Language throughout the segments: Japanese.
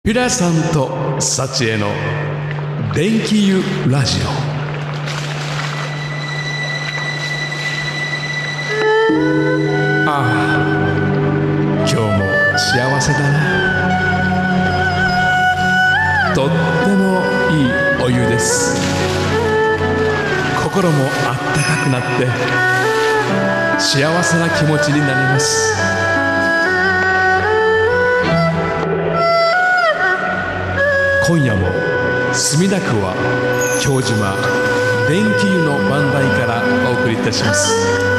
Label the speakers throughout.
Speaker 1: ピラさんと幸恵の電気湯ラジオ。ああ、今日も幸せだな。とってもいいお湯です。心もあったかくなって幸せな気持ちになります。今夜も墨田区は京島電気湯の番台からお送りいたします。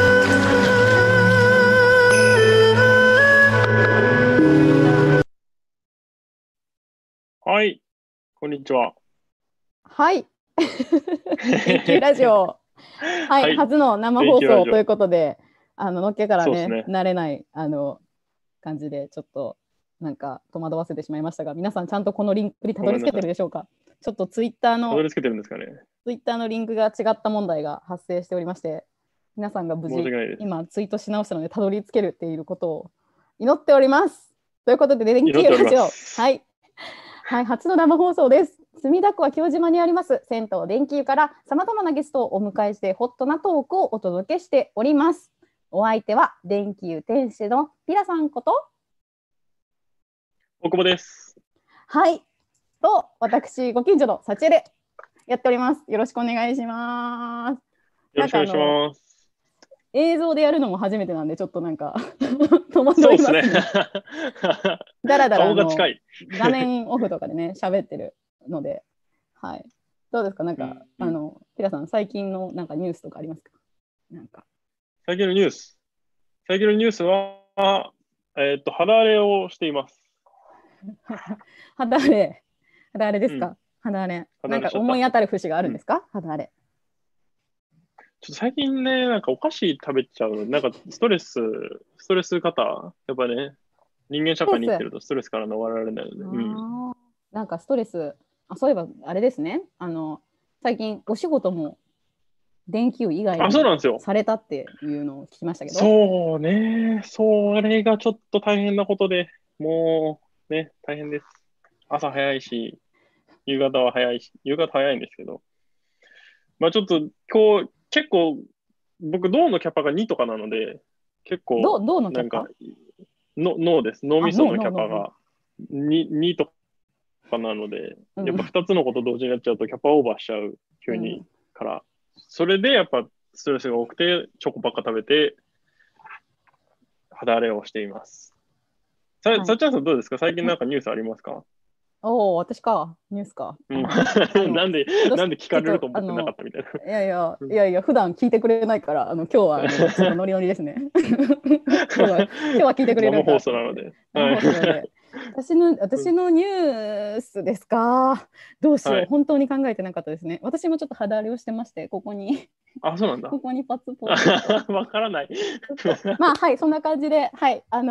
Speaker 2: はい、こんにちは。
Speaker 3: はい。電気ラジオ。はい、はい、初の生放送ということで、のっけからね、慣れない感じでちょっとなんか戸惑わせてしまいましたが、皆さんちゃんとこのリンクにたどり着けてるでしょうか。ちょっとツイッターのリンクが違った問題が発生しておりまして、皆さんが無事今ツイートし直したのでたどり着けるっていうことを祈っております。ということで電気ラジオ、はいはい、初の生放送です。墨田区は京島にあります銭湯電気湯からさまざまなゲストをお迎えしてホットなトークをお届けしております。お相手は電気湯店主のピラさんこと
Speaker 2: 大久保です。
Speaker 3: はい。と私ご近所の幸恵でやっております。よろしくお願いします。
Speaker 2: よろしくお願いします。
Speaker 3: 映像でやるのも初めてなんでちょっとなんか戸惑いますね。だらだら画面オフとかでね喋ってるので、はい。どうですか、なんか、ピラさん最近のなんかニュースとかありますか？なんか
Speaker 2: 最近のニュースは肌荒れをしています。
Speaker 3: 肌荒れですか？肌荒れ。なんか思い当たる節があるんですか？肌荒れ。
Speaker 2: ちょっと最近ね、なんかお菓子食べちゃうの、なんかストレス方、やっぱね、人間社会に生きてるとストレスから逃れられないので。
Speaker 3: なんかストレス、そういえばあれですね、最近お仕事も電気湯以外にされたっていうのを聞きましたけど。
Speaker 2: そうね、それがちょっと大変なことで、もうね、大変です。朝早いし、夕方早いんですけど、まあちょっと今日、結構、僕、脳のキャパが2とかなので、結構、
Speaker 3: 脳のキャパ？
Speaker 2: 脳です。脳みそのキャパが2とかなので、やっぱ2つのこと同時にやっちゃうとキャパオーバーしちゃう、急にから。それでやっぱストレスが多くて、チョコばっか食べて、肌荒れをしています。さっちゃんさんどうですか？最近なんかニュースありますか？
Speaker 3: 私か、ニュースか。
Speaker 2: なんで聞かれると思ってなかったみたいな。
Speaker 3: いや、普段聞いてくれないから、今日はちょっとノリノリですね。今日は聞いてくれるんだ。
Speaker 2: 生放送なので。
Speaker 3: 私のニュースですか。どうしよう、本当に考えてなかったですね。私もちょっと肌荒れをしてまして、ここに。
Speaker 2: そうなんだ。
Speaker 3: ここにパツポツ。
Speaker 2: わからない。
Speaker 3: まあ、はい、そんな感じで、はい、はい、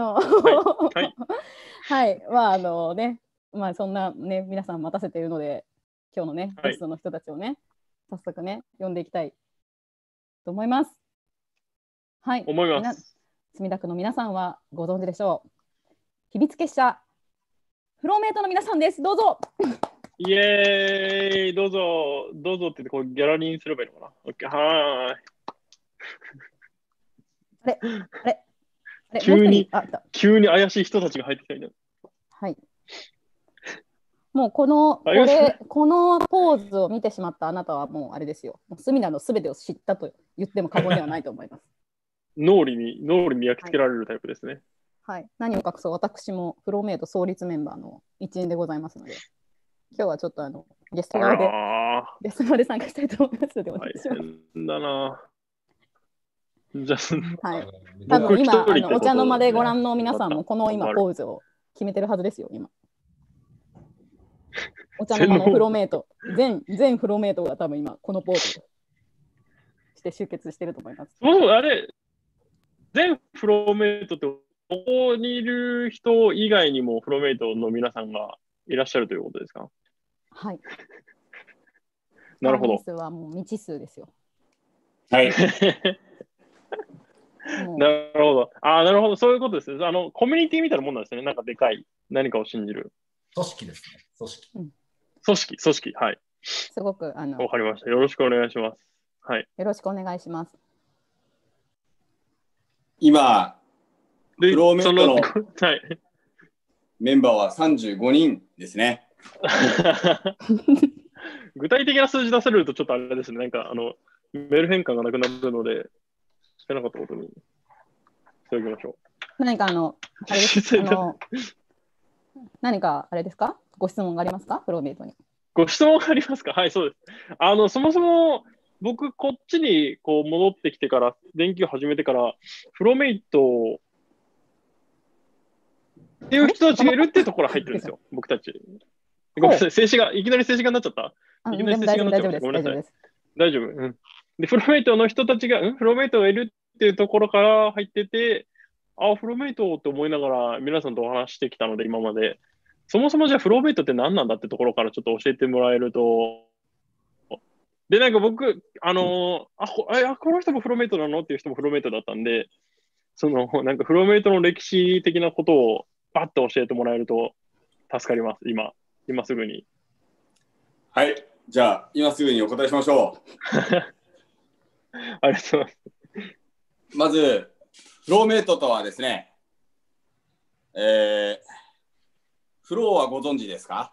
Speaker 3: まあ、ね。まあそんなね皆さん待たせているので今日のねゲストの人たちをね、早速ね呼んでいきたいと思います。はい。墨田区の皆さんはご存知でしょう。秘密結社フローメイトの皆さんです。どうぞ。
Speaker 2: イエーイ、どうぞって言ってこうギャラリーにすればいいのかな。オッケー、は
Speaker 3: ーい。あれ
Speaker 2: 急に怪しい人たちが入ってきたみたいな。
Speaker 3: はい。もうこのポーズを見てしまったあなたはもうあれですよ。墨田のすべてを知ったと言っても過言ではないと思います。
Speaker 2: 脳裏に焼き付けられるタイプですね。
Speaker 3: はい。何を隠そう、私もフローメイト創立メンバーの一員でございますので、今日はちょっとゲスト側で参加したいと思いますのでお願いします。
Speaker 2: 大変だな。じゃあ、
Speaker 3: はい。多分今お茶の間でご覧の皆さんもこの今ポーズを決めてるはずですよ今。お茶の間のフロメイト、全フロメイトが多分今このポーズして集結してると思います。
Speaker 2: あれ、全フロメイトってここにいる人以外にもフロメイトの皆さんがいらっしゃるということですか？
Speaker 3: はい。
Speaker 2: なるほど。
Speaker 3: 数はもう未知数ですよ。
Speaker 2: はい。なるほど。なるほど。そういうことですね。コミュニティみたいなもんなんですね。なんかでかい何かを信じる。
Speaker 4: 組織ですね。組織。
Speaker 2: 組織。はい。
Speaker 3: すごくわ
Speaker 2: かりました。よろしくお願いします。はい。
Speaker 3: よろしくお願いします。
Speaker 4: 今、フローメイトのメンバーは35人ですね。
Speaker 2: 具体的な数字出されるとちょっとあれですね。なんかメール変換がなくなるので、してなかったことにしておきましょ
Speaker 3: う。何か何かあれですか？ご質問がありますか？フローメイトに。
Speaker 2: ご質問がありますか？はい、そうです。そもそも僕、こっちにこう戻ってきてから、電気を始めてから、フローメイトっていう人たちがいるっていうところ入ってるんですよ、僕たち。ごめんなさい、いきなり静止画になっちゃった？いきなり静止画になっちゃった。ごめんなさい。大丈夫。で、フローメイトの人たちが、フローメイトがいるっていうところから入ってて、フローメイトって思いながら皆さんとお話してきたので、今まで。そもそもじゃあフローメイトって何なんだってところからちょっと教えてもらえると。で、なんか僕、この人もフローメイトなのっていう人もフローメイトだったんで、なんかフローメイトの歴史的なことをバッと教えてもらえると助かります、今すぐに。
Speaker 4: はい、じゃあ今すぐにお答えしましょう。
Speaker 2: ありがとうございます。
Speaker 4: まず、フローメイトとはですね、フローはご存知ですか？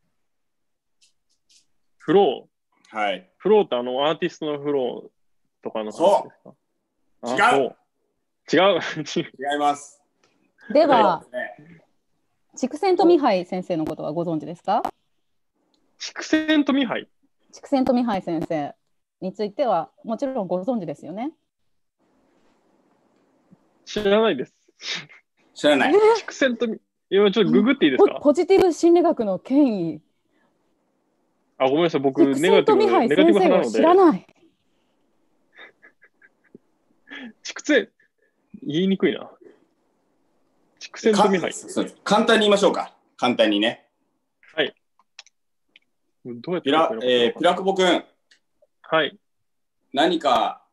Speaker 2: フロ
Speaker 4: ー、はい。
Speaker 2: フローってアーティストのフローとかの話ですか？
Speaker 4: 違います。
Speaker 3: では、筑前とミハイ先生のことはご存知ですか？
Speaker 2: 筑前とミハイ
Speaker 3: 先生についてはもちろんご存知ですよね？
Speaker 2: 知らないです。
Speaker 4: 知らない。
Speaker 2: 筑前と今ちょっとググっていいですか？
Speaker 3: ポジティブ心理学の権威。
Speaker 2: ごめんなさい、僕ネガティブ派なので。
Speaker 3: 知らない。
Speaker 2: 筑前、言いにくいな。筑前とミハイ。
Speaker 4: 簡単に言いましょうか。簡単にね。
Speaker 2: はい。どうやって
Speaker 4: ピラクボ君。
Speaker 2: はい。
Speaker 4: 何か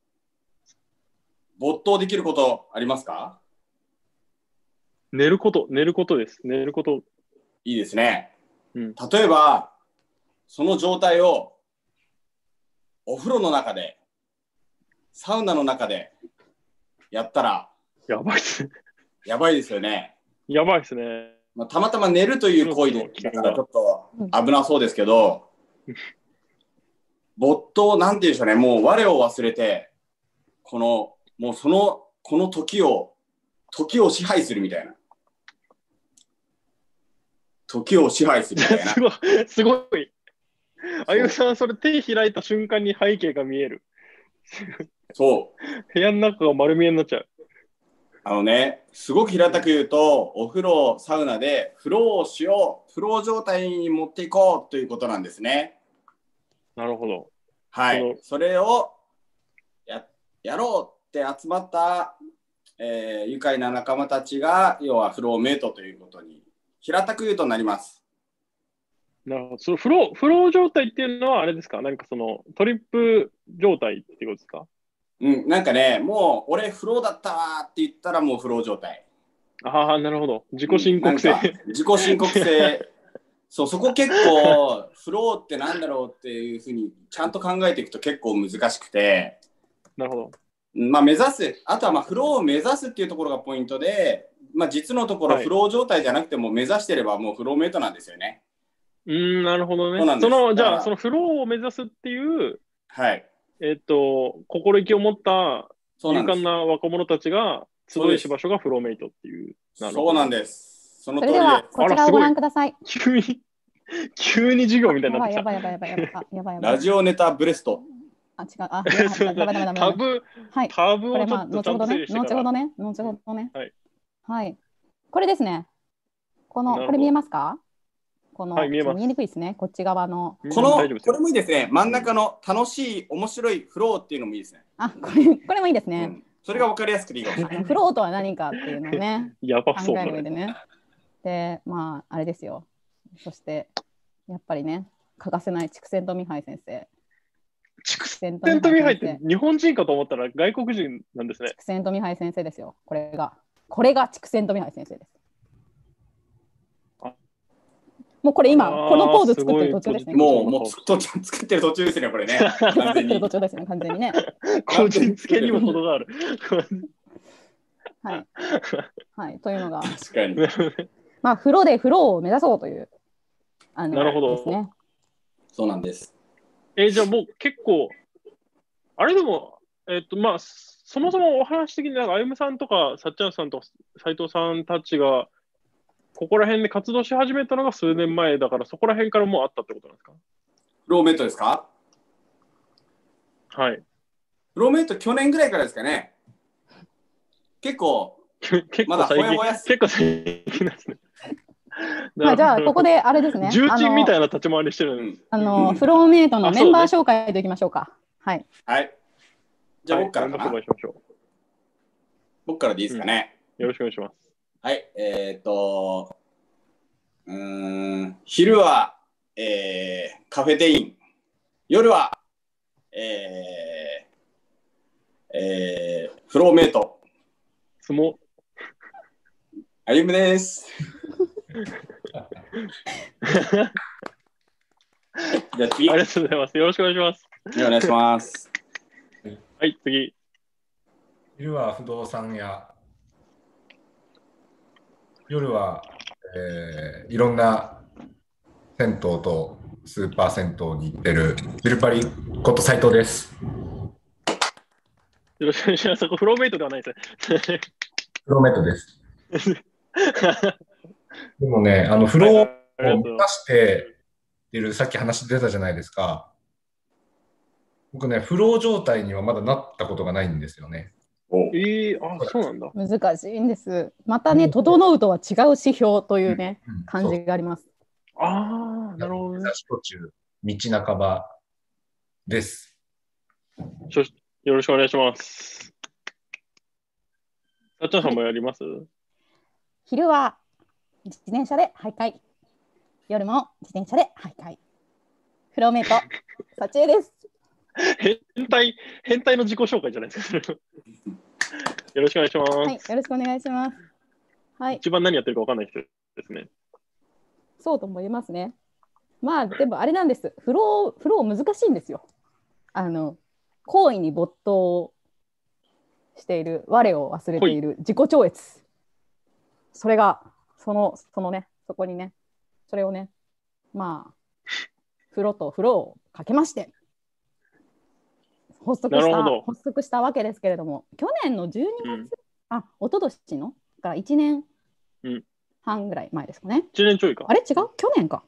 Speaker 4: 没頭できることありますか？
Speaker 2: 寝ることです。寝ること。
Speaker 4: いいですね。例えば、その状態をお風呂の中で、サウナの中でやったら、
Speaker 2: やばいですね。
Speaker 4: やばいですよね。
Speaker 2: やばいですね。
Speaker 4: たまたま寝るという行為でだからちょっと危なそうですけど、没頭、なんていうんでしょうね、もう我を忘れて、この時を支配するみたいな。時を支配するみたいな。
Speaker 2: すごい。あゆさん、それ手開いた瞬間に背景が見える。
Speaker 4: そう。
Speaker 2: 部屋の中が丸見えになっちゃう。
Speaker 4: すごく平たく言うと、お風呂、サウナでフローをしよう、フロー状態に持っていこうということなんですね。
Speaker 2: なるほど。
Speaker 4: はい。それをやろうって集まった、愉快な仲間たちが、要はフローメイトということに、平たく言うとなります。
Speaker 2: なるほど。そのフロー状態っていうのはあれですか？なんかトリップ状態っていうことですか？
Speaker 4: なんかね、もう俺フローだったわって言ったらもうフロー状態。
Speaker 2: なるほど。自己申告制。
Speaker 4: 自己申告制。そこ結構フローってなんだろうっていうふうにちゃんと考えていくと結構難しくて。
Speaker 2: なるほど。
Speaker 4: 目指す。あとはフローを目指すっていうところがポイントで、実のところフロー状態じゃなくても目指してればもうフローメイトなんですよね。
Speaker 2: なるほどね。じゃあそのフローを目指すっていう、
Speaker 4: はい。
Speaker 2: 心意気を持った勇敢な若者たちが集いし場所がフローメイトっていう。
Speaker 4: そうなんです。その通り
Speaker 3: です。それではこちらをご覧ください。
Speaker 2: 急に授業みたいになってきた。
Speaker 3: やばい。
Speaker 4: ラジオネタブレスト。
Speaker 3: 違う。タブ。はい。
Speaker 2: タブをちょっと
Speaker 3: 後ほどね。はい。これですね。これ見えますか？見えにくいですね。こっち側の。
Speaker 4: これもいいですね。真ん中の楽しい、面白いフローっていうのもいいですね。
Speaker 3: これもいいですね。
Speaker 4: それが分かりやすくていいかもしれない。
Speaker 3: フローとは何かっていうのをね、
Speaker 2: 考
Speaker 3: える上でね。で、あれですよ。そして、やっぱりね、欠かせない筑前とミハイ先生。
Speaker 2: 筑前とミハイって日本人かと思ったら外国人なんですね。
Speaker 3: 筑前とミハイ先生ですよ。これが筑前とミハイ先生です。 もうこれ今、このポーズ作ってる途中ですね。
Speaker 4: もう作ってる途中ですね、これね。
Speaker 3: 作ってる途中ですね、完全にね。
Speaker 2: 個人付けにも程がある。
Speaker 3: はい。はい。というのが、
Speaker 4: 確かに。
Speaker 3: まあ、風呂で風呂を目指そうという、
Speaker 2: なるほど
Speaker 3: ですね。
Speaker 4: そうなんです。
Speaker 2: じゃあもう結構、あれでも、まあ、そもそもお話的にあゆむさんとか、さっちゃんさんとか、斉藤さんたちが、ここら辺で活動し始めたのが数年前だから、そこら辺からもうあったってことなんですか？
Speaker 4: フローメイトですか？
Speaker 2: はい。
Speaker 4: フローメイト去年ぐらいからですかね。結構まだほやほや
Speaker 2: 結構最近ですね。
Speaker 3: じゃあ、ここであれですね。
Speaker 2: 重鎮みたいな立ち回りしてるんです。
Speaker 3: フローメイトのメンバー紹介でいきましょうか。はい。
Speaker 4: はい。じゃあ、僕からかな。僕からでいいですかね。
Speaker 2: よろしくお願いします。
Speaker 4: はい。昼は、カフェテイン。夜は、フローメイト。
Speaker 2: 相撲。
Speaker 4: あゆむです。じゃあ次。
Speaker 2: ありがとうございます。よろしくお願いします。
Speaker 4: お願いします。
Speaker 2: はい、次。
Speaker 5: 昼は不動産屋。夜は、いろんな銭湯とスーパー銭湯に行ってるビルパリこと斉藤です。
Speaker 2: よろしくお願いします。フローメイトではないですね。
Speaker 5: フローメイトです。でもね、フローを満たしている、さっき話出たじゃないですか。僕ね、フロー状態にはまだなったことがないんですよね。
Speaker 2: そうなんだ。
Speaker 3: 難しいんです。またね、整うとは違う指標というね、感じがあります。
Speaker 2: なるほどね。
Speaker 5: 途中、道半ばです。
Speaker 2: よろしくお願いします。さっちゃんさんもやります？
Speaker 3: 昼は自転車で徘徊。夜も自転車で徘徊。フローメイト、さちえです。
Speaker 2: 変態の自己紹介じゃないですか。よろしくお願いします。
Speaker 3: はい、よろしくお願いします。はい。
Speaker 2: 一番何やってるか分かんない人ですね。
Speaker 3: そうとも言えますね。まあ、でもあれなんです。フロー難しいんですよ。行為に没頭している、我を忘れている自己超越。それが、そのね、そこにね、それをね、まあ、風呂と風呂をかけまして、発足したわけですけれども、去年の12月、一昨年のから1年半ぐらい前ですかね。
Speaker 2: 1年ちょいか。
Speaker 3: あれ違う？去年か。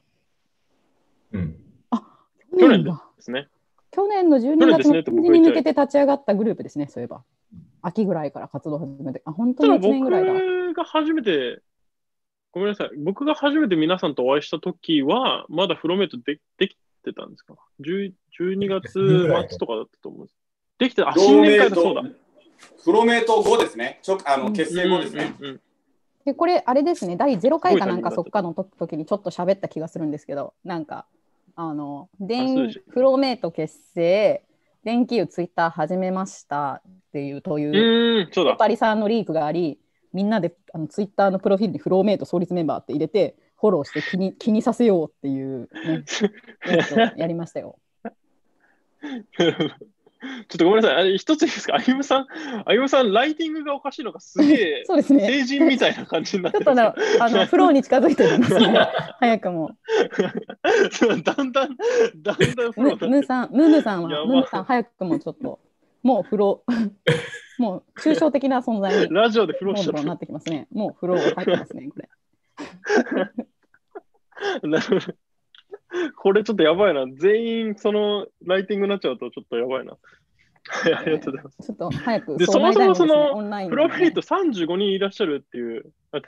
Speaker 2: 去年ですね。
Speaker 3: 去年の12月の臨時に向けて立ち上がったグループですね、そういえば。秋ぐらいから活動を始めて、本当に1年ぐらいだ。
Speaker 2: 僕が初めて、ごめんなさい、僕が初めて皆さんとお会いしたときは、まだフローメイトできてたんですか？12月末とかだったと思うんです。できてた、新年会だそうだ。
Speaker 4: フローメイト後ですね。結成後ですね。
Speaker 3: でこれ、あれですね、第0回かなんかそっかの時にちょっと喋った気がするんですけど、なんか、フローメイト結成、電気湯ツイッター始めましたっていう、という、パリさんのリークがあり、みんなでツイッターのプロフィールにフローメイト創立メンバーって入れて、フォローして気にさせようっていう、ね、やりましたよ。
Speaker 2: ちょっとごめんなさい、一ついいですか？あゆむさん、ライティングがおかしいのがすげえ、そうですね、成人みたいな感じになってる。
Speaker 3: ちょっとフローに近づいてるんですね、早くも。
Speaker 2: だんだんフロー
Speaker 3: ムーさん、早くもちょっと、もうフロー、もう抽象的な存在に、
Speaker 2: ラジオでフローしちゃ
Speaker 3: なってきますね。もうフロー入ってますね、これ。
Speaker 2: なるほど。これちょっとやばいな。全員そのライティングになっちゃうとちょっとやばいな。ありがとうございます。
Speaker 3: ちょっと早く。
Speaker 2: で、そもそもそのプロフィート35人いらっしゃるっていう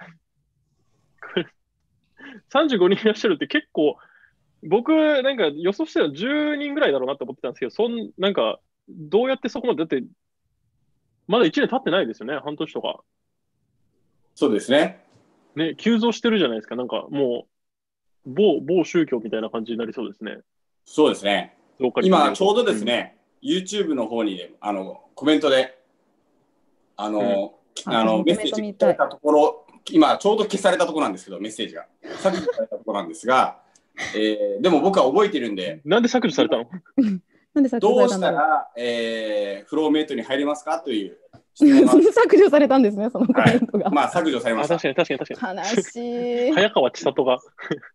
Speaker 2: 、35人いらっしゃるって結構、僕なんか予想してたら10人ぐらいだろうなって思ってたんですけど、なんかどうやってそこまで、だってまだ1年経ってないですよね、半年とか。
Speaker 4: そうですね。
Speaker 2: ね、急増してるじゃないですか。なんかもう、某宗教みたいな感じになりそうですね。
Speaker 4: そうですね。今ちょうどですね、YouTube の方にコメントでメッセージいただいたところ今ちょうど消されたところなんですけど、メッセージが削除されたところなんですが、でも僕は覚えてるんで。
Speaker 2: なんで削除されたの？
Speaker 3: なんで削除されたんだろう。
Speaker 4: どうしたら、フローメイトに入れますかという
Speaker 3: 削除されたんですね、そのコメントが。
Speaker 4: はい、まあ削除されました。
Speaker 2: 確かに。
Speaker 3: 悲しい。
Speaker 2: 早川千里が。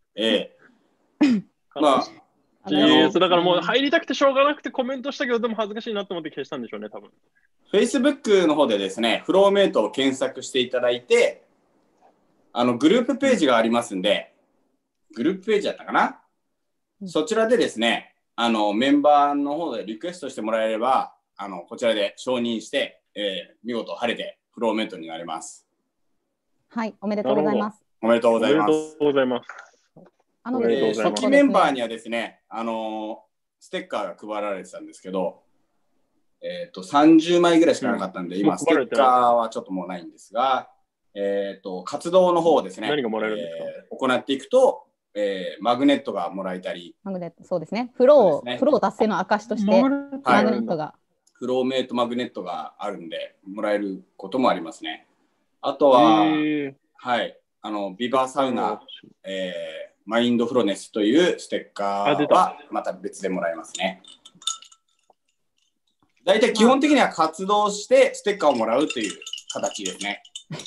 Speaker 4: まあ、
Speaker 2: だからもう入りたくてしょうがなくてコメントしたけど、でも恥ずかしいなと思って消したんでしょうね、多分。
Speaker 4: Facebook の方でですね、フローメイトを検索していただいて、グループページがありますんで、グループページだったかな、そちらでですね、メンバーの方でリクエストしてもらえれば、こちらで承認して、見事晴れてフローメイトになります。
Speaker 3: はい、おめでとうございます。
Speaker 4: おめでとうございます。
Speaker 2: おめでとうございます。
Speaker 4: 初期メンバーにはですね、ステッカーが配られてたんですけど、30枚ぐらいしかなかったんで、今、ステッカーはちょっともうないんですが、活動の方ですね、
Speaker 2: 何がもらえるんですか？
Speaker 4: 行っていくと、マグネットがもらえたり、
Speaker 3: マグネット、そうですね、フロー達成の証として、マグネットが。
Speaker 4: フローメイトマグネットがあるんで、もらえることもありますね。あとは、はい、ビバサウナ、マインドフロネスというステッカーはまた別でもらえますね。大体基本的には活動してステッカーをもらうという形ですね。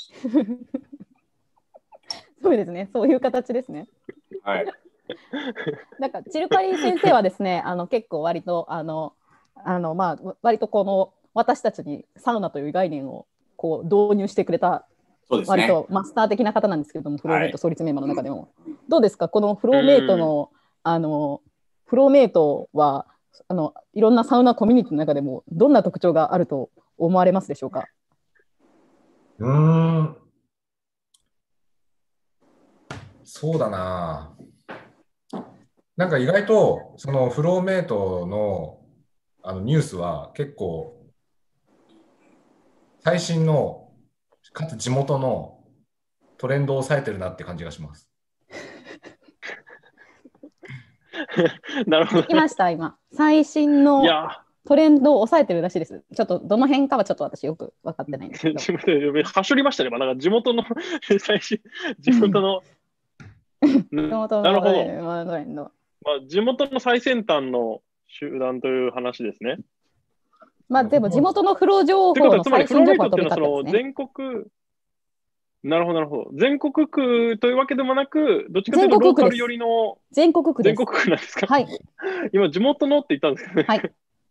Speaker 3: そうですね、そういう形ですね。
Speaker 4: はい。
Speaker 3: なんかチルカリー先生はですね、結構割とまあ割とこの私たちにサウナという概念をこう導入してくれた、割とマスター的な方なんですけれども、フローメイト創立メンバーの中でも、どうですか、このフローメイトのフローメイトはいろんなサウナコミュニティの中でもどんな特徴があると思われますでしょうか？
Speaker 5: そうだな。なんか意外とそのフローメイトのニュースは結構最新のかつ地元のトレンドを抑えてるなって感じがします。
Speaker 2: なるほど。
Speaker 3: 聞きました、今。最新のトレンドを抑えてるらしいです。ちょっとどの辺かはちょっと私よく分かってないんですけど。
Speaker 2: はしょりましたね。なんか地元の地元のなるほど。地元の最先端の集団という話ですね。
Speaker 3: まあでも地元のフロー情報の最新情報は飛び交ってますね。
Speaker 2: 全国、なるほど。全国区というわけでもなく、どっちかというとローカル寄りの
Speaker 3: 全国区です。
Speaker 2: 全国区なんですか？
Speaker 3: はい。
Speaker 2: 今地元のって言ったんですけどね。
Speaker 3: はい。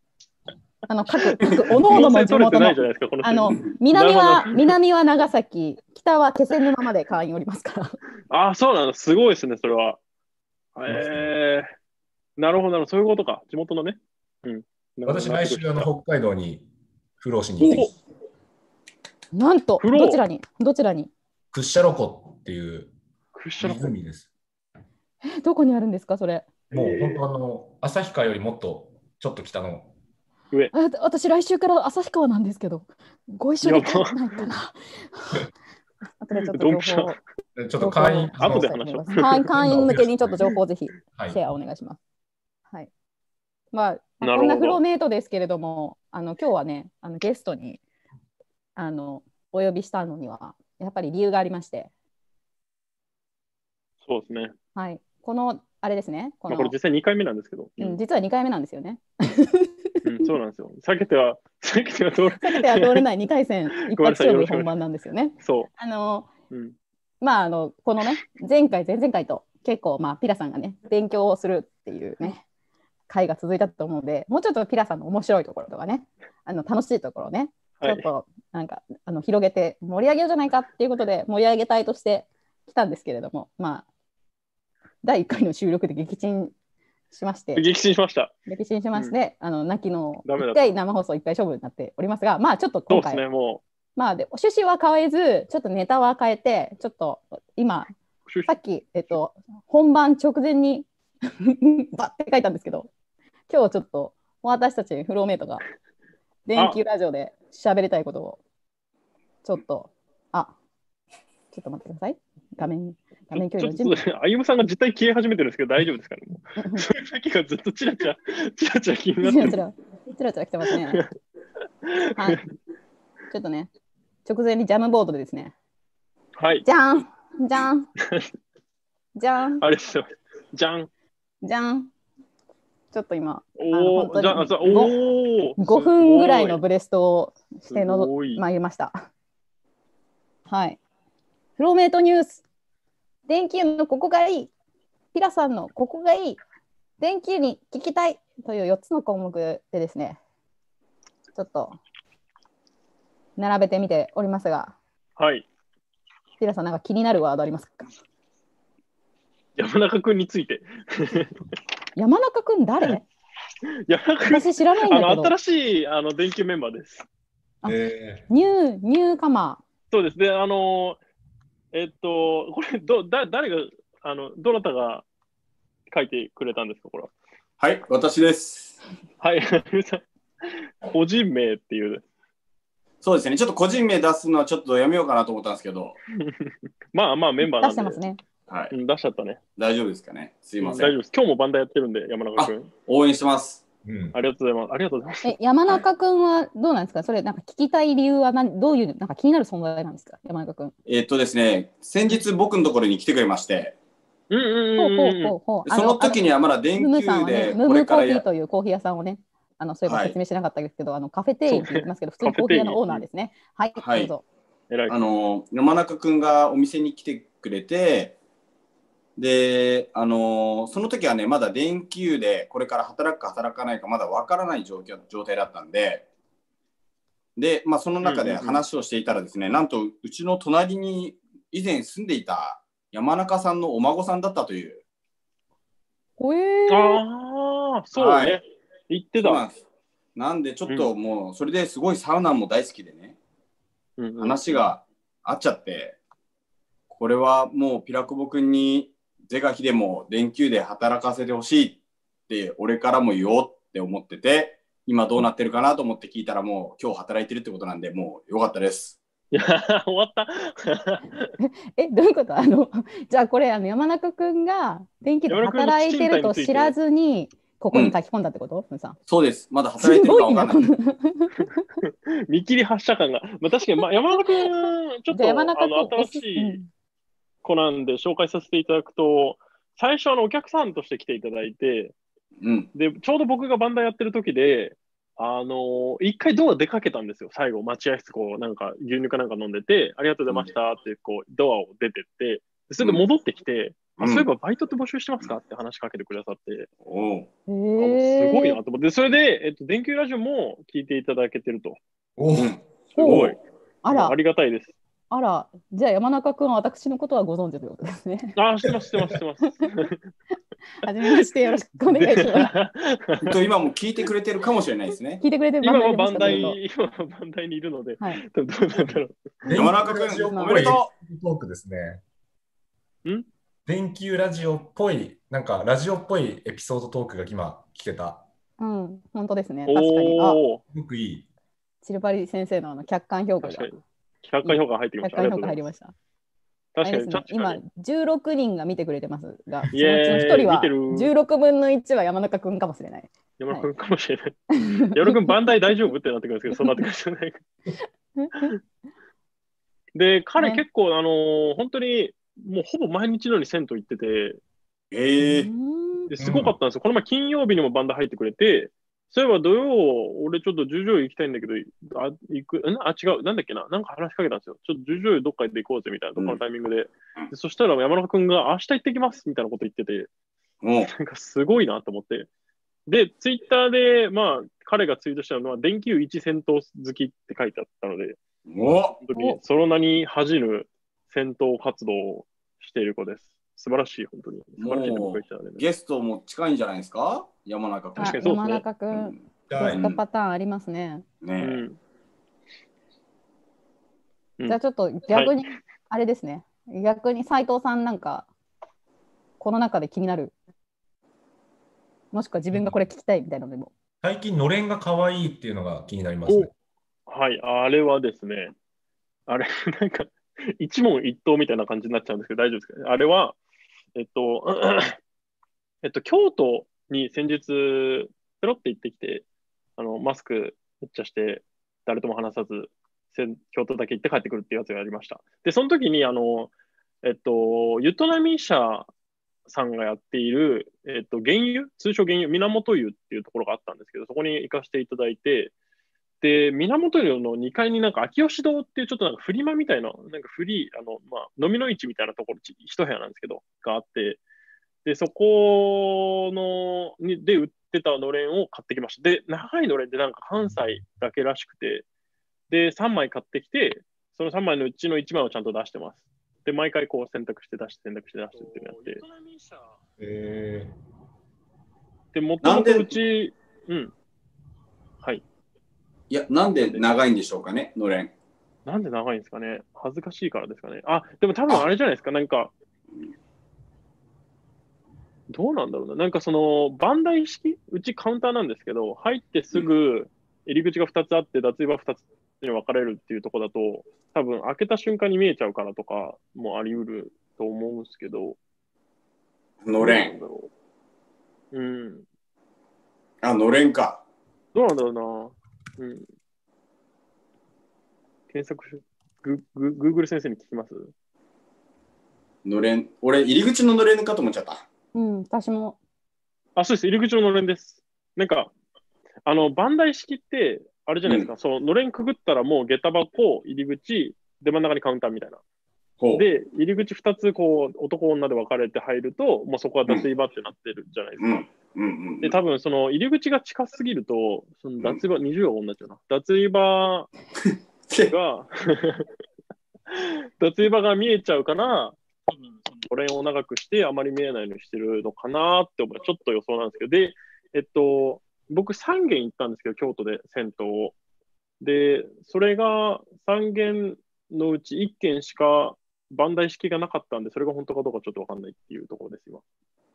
Speaker 3: 各おのおのの地元の南は長崎、北は気仙沼まで会員おりますから。
Speaker 2: ああ、そうなの、すごいですね、それは。なるほど、そういうことか、地元のね。
Speaker 5: 私、来週北海道にフローしに行ってきます。
Speaker 3: なんと、どちらに
Speaker 5: 屈斜路湖っていう湖です。
Speaker 3: どこにあるんですか、それ。
Speaker 5: もう本当旭川よりもっとちょっと北の。
Speaker 3: 私、来週から旭川なんですけど、ご一緒できないかな。あとでちょっと情報。
Speaker 5: ちょっと会員
Speaker 2: 後で話します。
Speaker 3: 会員向けにちょっと情報をぜひシェアお願いします。はい。まあ、こんなフローメイトですけれども、今日はね、ゲストにお呼びしたのには、やっぱり理由がありまして。
Speaker 2: そうですね。
Speaker 3: はい。あれですね。これ
Speaker 2: 実際2回目なんですけど。
Speaker 3: 実は2回目なんですよね。
Speaker 2: そうなんですよ。避けては通
Speaker 3: れない2回戦一発勝負本番なんですよね。
Speaker 2: そう。
Speaker 3: まあこのね、前回前々回と結構ピラさんがね勉強をするっていうね回が続いたと思うので、もうちょっとピラさんの面白いところとかね、楽しいところをね、ちょっとなんか広げて盛り上げようじゃないかっていうことで盛り上げ隊として来たんですけれども、第1回の収録で撃沈しまして、泣きの1回生放送1回勝負になっておりますが、ちょっと今回、で趣旨は変えず、ちょっとネタは変えて、ちょっと今、さっき、本番直前にバッて書いたんですけど、今日ちょっと私たちフローメイトが電気ラジオで喋りたいことをちょっと待ってください。画面共有の準備。
Speaker 2: あゆむさんが実態消え始めてるんですけど大丈夫ですかね。それだけがずっとチラチラ気になってる。
Speaker 3: チラチラ来てますね。はい。ちょっとね、直前にジャムボードでですね、
Speaker 2: はい。
Speaker 3: じゃんじゃんじゃん
Speaker 2: あれですよ。じゃん
Speaker 3: じゃん。ちょっと今、
Speaker 2: おー、じゃあ、
Speaker 3: 5分ぐらいのブレストをしてまいりました。はい。フローメイトニュース。電球のここがいい。ピラさんのここがいい。電球に聞きたいという4つの項目でですね、ちょっと並べてみておりますが、
Speaker 2: はい。
Speaker 3: ピラさん、なんか気になるワードありますか？
Speaker 2: 山中君について。
Speaker 3: 山中君誰？
Speaker 2: 私
Speaker 3: 知らないんだけど。
Speaker 2: 新しい電球メンバーです。
Speaker 3: ニューカマ
Speaker 2: ー。そうです。で、これ誰が、どなたが書いてくれたんですか、これは。
Speaker 4: はい、私です。
Speaker 2: はい、個人名っていう。
Speaker 4: そうですね、ちょっと個人名出すのはちょっとやめようかなと思ったんですけど。
Speaker 2: まあメンバーなんで。
Speaker 3: 出してますね。
Speaker 4: はい。
Speaker 2: 出しちゃったね。
Speaker 4: 大丈夫ですかね。すいません。
Speaker 2: 大丈夫です。今日もバンダやってるんで、山中君。
Speaker 4: 応援してます。
Speaker 2: ありがとうございます。ありがとうございます。
Speaker 3: 山中君はどうなんですか？それ、なんか聞きたい理由はどういう、なんか気になる存在なんですか、山中君。
Speaker 4: ですね、先日僕のところに来てくれまして、その時にはまだ電球で
Speaker 3: ムームコーヒーというコーヒー屋さんをね、そういえば説明しなかったですけど、カフェ店員って言いますけど、普通にコーヒー屋のオーナーですね。はい、どうぞ。
Speaker 4: 山中君がお店に来てくれて、で、その時はね、まだ電球でこれから働くか働かないかまだわからない状態だったんで、その中で話をしていたらですね、なんとうちの隣に以前住んでいた山中さんのお孫さんだったという。
Speaker 2: ああ、そうね。はい、言ってた。
Speaker 4: なんでちょっともうそれですごいサウナも大好きでね、話が合っちゃって、これはもうピラコボ君に是が非でも電球で働かせてほしいって俺からも言おうって思ってて、今どうなってるかなと思って聞いたら、もう今日働いてるってことなんで、もうよかったです。
Speaker 2: いや終わった
Speaker 3: どういうこと？じゃあこれ山中君が電気で働いてると知らずにここに書き込んだってこと？
Speaker 4: そうです。まだ働いてるか分かんない。
Speaker 2: 見切り発車感が、確かに、山中君ちょっと新しい子なんで紹介させていただくと、最初お客さんとして来ていただいて、でちょうど僕がバンダやってる時で、一回ドア出かけたんですよ。最後待合室なんか牛乳かなんか飲んでて、ありがとうございましたってドアを出てって、それで戻ってきて、そういえばバイトって募集してますかって話しかけてくださって、すごいなと思って、それで、電球ラジオも聞いていただけてると。すごい。ありがたいです。
Speaker 3: あら、じゃあ山中君は私のことはご存知ということですね。
Speaker 2: 知ってます。
Speaker 3: はじめまして、よろしくお願いします。
Speaker 4: 今も聞いてくれてるかもしれないですね。
Speaker 3: 聞いてくれてる。
Speaker 2: 今はバンダイにいるので、どうなんだろう。
Speaker 4: 山中君、おめでと
Speaker 5: う。トークですね。電球ラジオっぽい、なんかラジオっぽいエピソードトークが今聞けた。
Speaker 3: 本当ですね。確かに。
Speaker 5: すごくいい。
Speaker 3: チルバリ先生の客観評価が。
Speaker 2: 客観評価入ってきました。
Speaker 3: 客観評価入りました。
Speaker 2: 確かに
Speaker 3: 今16人が見てくれてますが、そのうちの1人は16分の1は山中君かもしれない。
Speaker 2: 山中君かもしれない。山中君、バンダイ大丈夫ってなってくるんですけど、そうなってくるんですよね。で、彼結構、本当に、もうほぼ毎日のように銭湯行ってて、すごかったんですよ。この前金曜日にもバンダイ入ってくれて、そういえば土曜、俺ちょっと十条行きたいんだけど、違う、なんだっけな、なんか話しかけたんですよ。ちょっと十条どっかで行こうぜみたいな、どっかのタイミングで。そしたら山中君が明日行ってきますみたいなこと言ってて、なんかすごいなと思って。で、ツイッターで、彼がツイートしたのは、電球一戦闘好きって書いてあったので、本当にその名に恥じぬ戦闘活動をしている子です。素晴らしい、本当に。素晴らしいと僕は言っちゃうね。
Speaker 4: ゲストも近いんじゃないですか、山中君。
Speaker 2: 確かにそうですね。
Speaker 3: 山中君、ゲストパターンありますね。じゃあちょっと逆に、あれですね。逆に斉藤さんなんか、この中で気になる、もしくは自分がこれ聞きたいみたいなのでも。
Speaker 5: 最近、のれんが可愛いっていうのが気になりますね。
Speaker 2: はい、あれはですね、なんか、一問一答みたいな感じになっちゃうんですけど、大丈夫ですかね。あれは、京都に先日、ペロって行ってきて、マスクめっちゃして、誰とも話さず京都だけ行って帰ってくるっていうやつがありました。で、その時に、ユトナミ社さんがやっている、原油、通称原油、源湯っていうところがあったんですけど、そこに行かせていただいて、で、源湯の2階になんか秋吉堂っていうちょっとなんかフリマみたいな、なんか飲みの市みたいなところ、一部屋なんですけど、があって、で、そこで売ってたのれんを買ってきました。で、長いのれんってなんか関西だけらしくて、で、3枚買ってきて、その3枚のうちの1枚をちゃんと出してます。で、毎回こう選択して出してっていうのやって。で、もともとうち、はい。
Speaker 4: いや、なんで長いんでしょうかね、のれん。
Speaker 2: なんで長いんですかね。恥ずかしいからですかね。でも多分あれじゃないですか。なんか、どうなんだろうな。なんかその、バンダイ式、うちカウンターなんですけど、入ってすぐ入り口が2つあって、脱衣場2つに分かれるっていうところだと、多分開けた瞬間に見えちゃうからとかもあり得ると思うんですけど。
Speaker 4: のれん。のれんか。
Speaker 2: どうなんだろうな。検索し、Google 先生に聞きます？
Speaker 4: のれん。俺、入り口ののれんかと思っちゃった。
Speaker 3: 私も。
Speaker 2: そうです。入り口ののれんです。なんか、バンダイ式って、あれじゃないですか、そののれんくぐったらもう下駄箱、入り口、で真ん中にカウンターみたいな。で、入り口2つ、こう、男女で分かれて入ると、もうそこは脱衣場ってなってるじゃないですか。で、多分、その入り口が近すぎると、その脱衣場、20号になっちゃうな。脱衣場が、脱衣場が見えちゃうから、多分、そののれんを長くして、あまり見えないようにしてるのかなって思う。ちょっと予想なんですけど、で、僕3軒行ったんですけど、京都で銭湯を。で、それが3軒のうち1軒しかバンダイ式がなかったんで、それが本当かどうかちょっとわかんないっていうところです、今。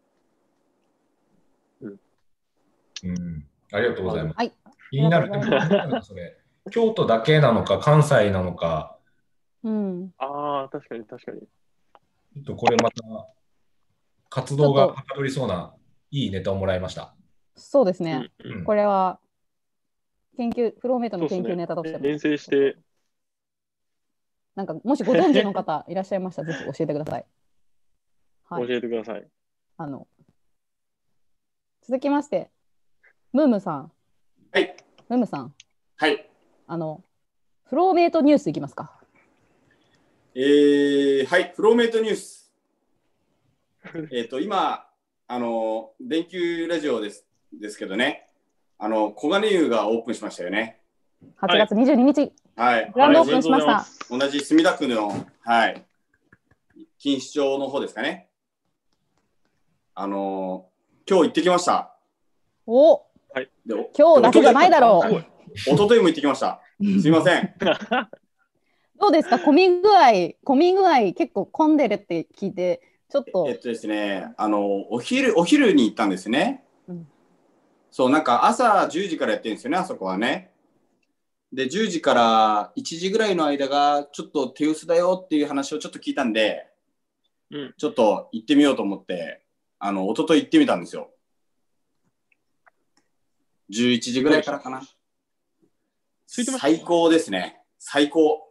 Speaker 5: ありがとうございます。
Speaker 3: はい、
Speaker 5: 気になるそれ。京都だけなのか、関西なのか。
Speaker 2: 確かに確かに。
Speaker 5: ちょっとこれまた活動がはかどりそうないいネタをもらいました。
Speaker 3: そうですね。これはフローメイトの研究ネタとしても、
Speaker 2: 遠征して、
Speaker 3: なんかもしご存知の方いらっしゃいましたら、ぜひ教えてください。
Speaker 2: 教えてください。
Speaker 3: 続きまして、ムームさん。
Speaker 4: はい。
Speaker 3: ムームさん。
Speaker 4: はい。
Speaker 3: フローメイトニュースいきますか。
Speaker 4: はい、フローメイトニュース。今、電球ラジオですけどね、黄金湯がオープンしましたよね。
Speaker 3: 8月22日、
Speaker 4: はい、
Speaker 3: グランドオープンしました。
Speaker 4: 同じ墨田区の、はい、錦糸町の方ですかね。今日行ってきました。
Speaker 3: はい、今日だけじゃないだろう。
Speaker 4: 一昨日も行ってきました。すいません。
Speaker 3: どうですか、混み具合結構混んでるって聞いて、ちょっと。
Speaker 4: ですね、お昼に行ったんですね。そう、なんか朝10時からやってるんですよね、あそこはね。で、10時から1時ぐらいの間がちょっと手薄だよっていう話をちょっと聞いたんで、ちょっと行ってみようと思って、一昨日行ってみたんですよ。11時ぐらいからかな。最高ですね。最高。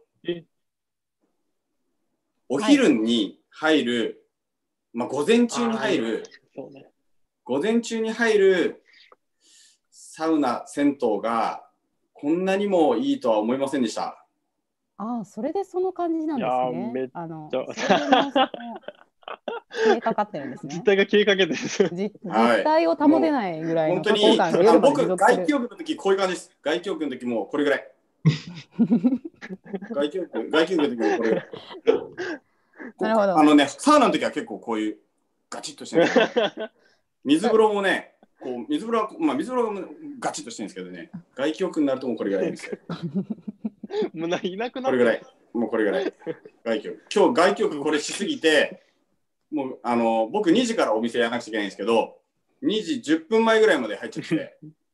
Speaker 4: お昼に入る、午前中に入る、午前中に入るサウナ、銭湯がこんなにもいいとは思いませんでした。
Speaker 3: それでその感じなんですね。
Speaker 2: めっちゃ
Speaker 3: 消えかかってるんですね。
Speaker 2: 実態が消えかけてる。
Speaker 3: 実態を保てないぐらいの
Speaker 4: 本当に僕、外気浴の時こういう感じです。外気浴の時もこれぐらい。外気浴の時もこれぐらい。
Speaker 3: なるほど。
Speaker 4: サウナの時は結構こういうガチッとしてるんですけど、水風呂もね、水風呂はガチッとしてるんですけどね、外気浴になるともうこれぐらいですよ。
Speaker 2: もういなくな
Speaker 4: これぐらい。もうこれぐらい。外気浴。今日外気浴これしすぎて、もう僕2時からお店やらなくちゃいけないんですけど、2時10分前ぐらいまで入っちゃって、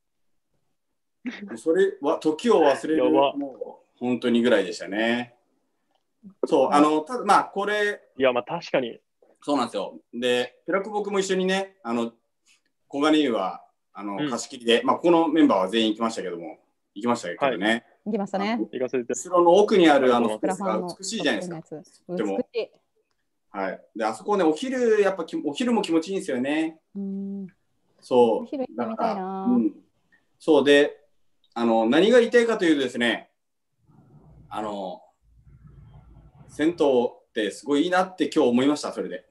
Speaker 4: それは時を忘れる、もう本当にぐらいでしたね。そう、ただこれ、
Speaker 2: いや、確かに。
Speaker 4: そうなんですよ。で、ペラク僕も一緒にね、黄金湯は貸し切りで、ここのメンバーは全員行きましたけどね。
Speaker 3: 行きましたね。
Speaker 2: 行かせて。
Speaker 4: 後ろの奥にあるス
Speaker 3: ペースが
Speaker 4: 美しいじゃないですか。
Speaker 3: 美しい。
Speaker 4: はい。で、あそこね、お昼も気持ちいいんですよね。
Speaker 3: そう。お昼行ってみたいな。
Speaker 4: そうで、何が言いたいかというとですね、銭湯ってすごいいいなって今日思いました、それで。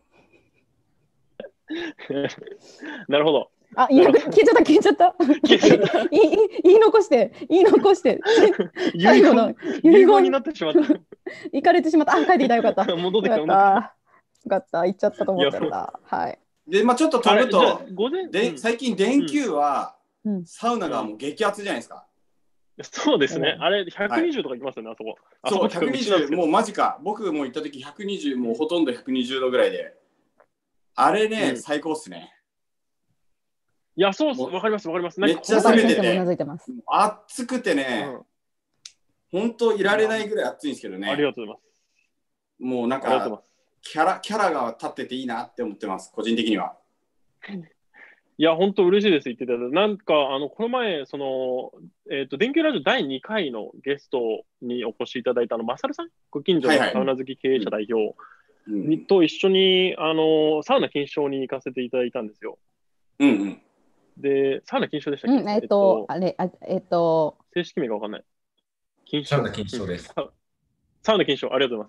Speaker 2: なるほど。
Speaker 3: あ、消えちゃった。言い残して。
Speaker 2: 最後の遺言になってしまった。
Speaker 3: 行かれてしまった。あ、帰ってきたよかった。
Speaker 2: 戻ってきた。よ
Speaker 3: かった。行っちゃったと思っちゃった。はい。
Speaker 4: で、ちょっと飛ぶと、最近電球はサウナがもう激アツじゃないですか。
Speaker 2: そうですね。あれ、120とか行きますよね、あそこ。
Speaker 4: そう、120、もうマジか。僕も行った時120、もうほとんど120度ぐらいで。あれね、最高っすね。
Speaker 2: いや、そうっす。わかります。
Speaker 4: めっちゃ攻めてて、
Speaker 3: 暑
Speaker 4: くてね、本当いられないぐらい暑いんですけどね。
Speaker 2: ありがとうございます。
Speaker 4: もうなんか、キャラが立ってていいなって思ってます、個人的には。
Speaker 2: いや、本当嬉しいです、言っていただいて。なんか、この前、電球ラジオ第2回のゲストにお越しいただいたマサルさん、ご近所のサウナ好き経営者代表と一緒に、サウナ金賞に行かせていただいたんですよ。で、サウナ金賞でしたっけ？正式名がわかんない。
Speaker 5: サウナ金賞です。
Speaker 2: サウナ金賞、ありがとうございます。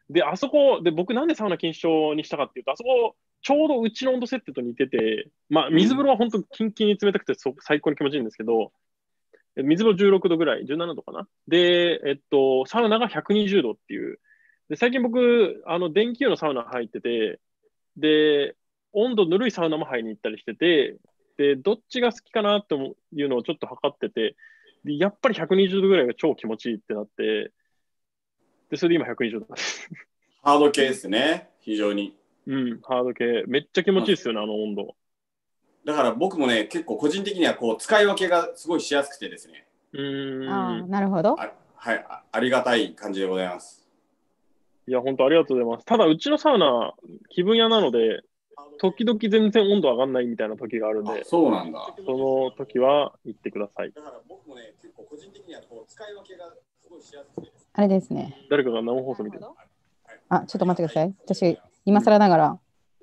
Speaker 2: で、あそこ、で、僕なんでサウナ金賞にしたかっていうと、あそこ、ちょうどうちの温度設定と似てて、水風呂は本当キンキンに冷たくて最高に気持ちいいんですけど、水風呂16度ぐらい、17度かな。で、サウナが120度っていう。で、最近僕、電気湯のサウナ入ってて、で、温度ぬるいサウナも入りに行ったりしてて、で、どっちが好きかなっていうのをちょっと測ってて、でやっぱり120度ぐらいが超気持ちいいってなって、で、それで今120度です。
Speaker 4: ハード系ですね、非常に。
Speaker 2: ハード系。めっちゃ気持ちいいですよね、温度。
Speaker 4: だから僕もね、結構個人的には使い分けがすごいしやすくてですね。
Speaker 3: なるほど。
Speaker 4: はい、ありがたい感じでございます。
Speaker 2: いや、本当ありがとうございます。ただ、うちのサウナ、気分屋なので、時々全然温度上がんないみたいな時があるんで、
Speaker 4: そうなんだ。
Speaker 2: その時は行ってください。
Speaker 4: だから僕もね、結構個人的には使い分けがすごいしやすくて。
Speaker 3: あれですね。
Speaker 2: 誰かが生放送見てる。
Speaker 3: ちょっと待ってください。私、今更ながら、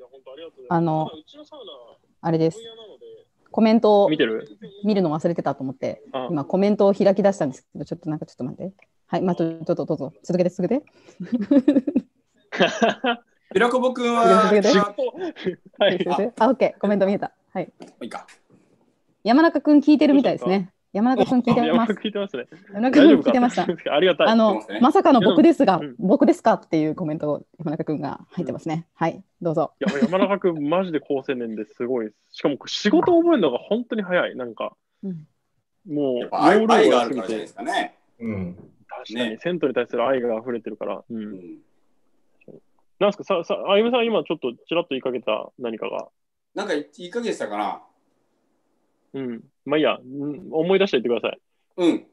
Speaker 3: あれです。コメントを見るの忘れてたと思って、今コメントを開き出したんですけど、ちょっと待って。はい、ちょっとどうぞ。続けて。
Speaker 4: 平久保君は、
Speaker 3: OK、コメント見えた。はい。
Speaker 4: いいか。
Speaker 3: 山中君聞いてるみたいですね。山中君聞いてます。
Speaker 2: 聞いてますね。
Speaker 3: 山中君聞いてました。
Speaker 2: ありがたい。
Speaker 3: まさかの僕ですかっていうコメントを山中君が入ってますね。はい、どうぞ。
Speaker 2: 山中君、マジで高青年ですごい。しかも仕事を覚えるのが本当に早い。なんか、もう、
Speaker 4: 愛があるからじゃないですかね。
Speaker 2: 確かに、銭湯に対する愛が溢れてるから。なんですか、あゆむさん、今ちょっとちらっと言いかけた何かが。
Speaker 4: なんか言いかけてたかな。
Speaker 2: まあいいや、思い出して言ってください。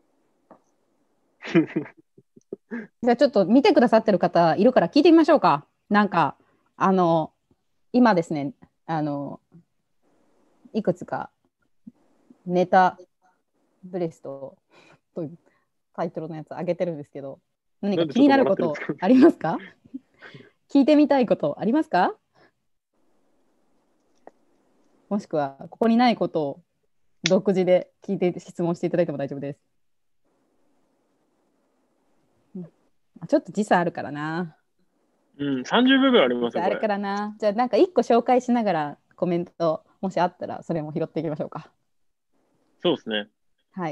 Speaker 3: じゃあちょっと見てくださってる方いるから聞いてみましょうか。なんか今ですねいくつかネタブレストというタイトルのやつ上げてるんですけど、何か気になることありますか？聞いてみたいことありますか？もしくはここにないことを独自で聞いて質問していただいても大丈夫です。ちょっと時差あるからな。
Speaker 2: 30秒ぐらいありますよ。
Speaker 3: あるからな。じゃあなんか1個紹介しながらコメントもしあったらそれも拾っていきましょうか。
Speaker 2: そうですね。
Speaker 3: はい。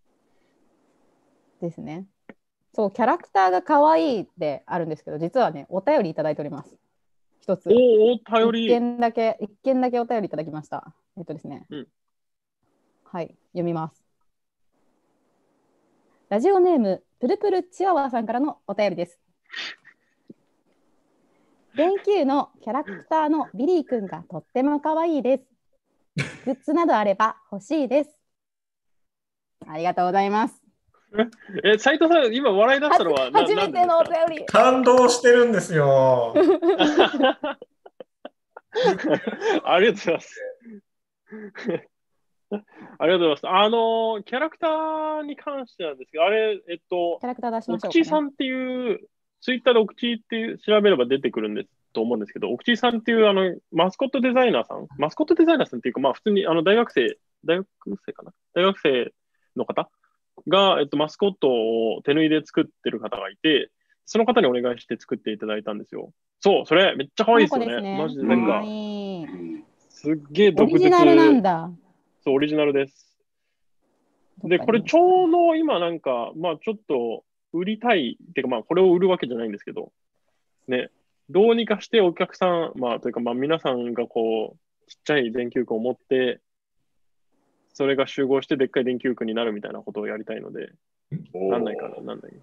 Speaker 3: ですね。そう、キャラクターが可愛いってあるんですけど、実はね、お便りいただいております。一つ。
Speaker 2: お便り。
Speaker 3: 一件だけお便りいただきました。ですね。はい、読みます。ラジオネームプルプルチワワさんからのお便りです。電球のキャラクターのビリーくんがとっても可愛いです。グッズなどあれば欲しいです。ありがとうございます。
Speaker 2: 斉藤さん、今笑い出したのは
Speaker 3: 初めてのお便り。
Speaker 5: 感動してるんですよ。
Speaker 2: ありがとうございます。 ありがとうございます。キャラクターに関してなんですけど、あれ、
Speaker 3: キャラクター出しましょうかね。
Speaker 2: 奥地さんっていう、ツイッターで奥地っていう調べれば出てくるんですと思うんですけど、奥地さんっていうマスコットデザイナーさん、マスコットデザイナーさんっていうか、まあ普通に大学生かな大学生の方が、マスコットを手縫いで作ってる方がいて、その方にお願いして作っていただいたんですよ。そう、それめっちゃ可愛いですよね。マジでなんか、すっげえ独特。
Speaker 3: オリジナルなんだ。
Speaker 2: そう、オリジナルです。で、これちょうど今なんか、まあちょっと売りたい、っていうかまあこれを売るわけじゃないんですけど、ね、どうにかしてお客さん、まあというかまあ皆さんがこう、ちっちゃい電球区を持って、それが集合してでっかい電球区になるみたいなことをやりたいので、なんないかな、なんない。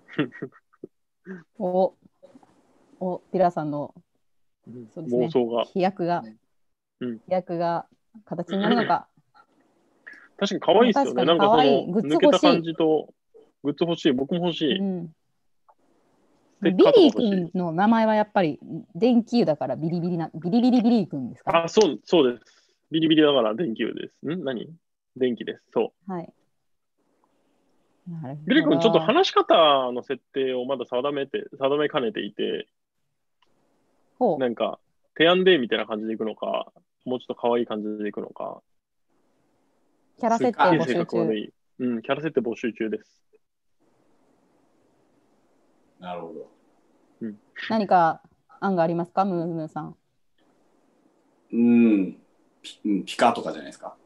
Speaker 3: ピラさんの、
Speaker 2: そうですね、妄想が。
Speaker 3: 飛躍が形になるのか。
Speaker 2: 確かに可愛いですよね。なんかその抜けた感じと、グッズ欲しい、僕も欲しい。
Speaker 3: ビリー君の名前はやっぱり電球だからビリビリ君ですか？
Speaker 2: あ、そうです。ビリビリだから電球です。何？電気です。そう。
Speaker 3: はい。
Speaker 2: ビリー君、ちょっと話し方の設定をまだ定めかねていて、なんか、提案でみたいな感じでいくのか、もうちょっと可愛い感じでいくのか。
Speaker 3: キャラ設定募集中。
Speaker 2: キャラ設定募集中です。
Speaker 4: なるほど。
Speaker 3: 何か案がありますか、ムームーさん。
Speaker 4: ピカとかじゃないですか。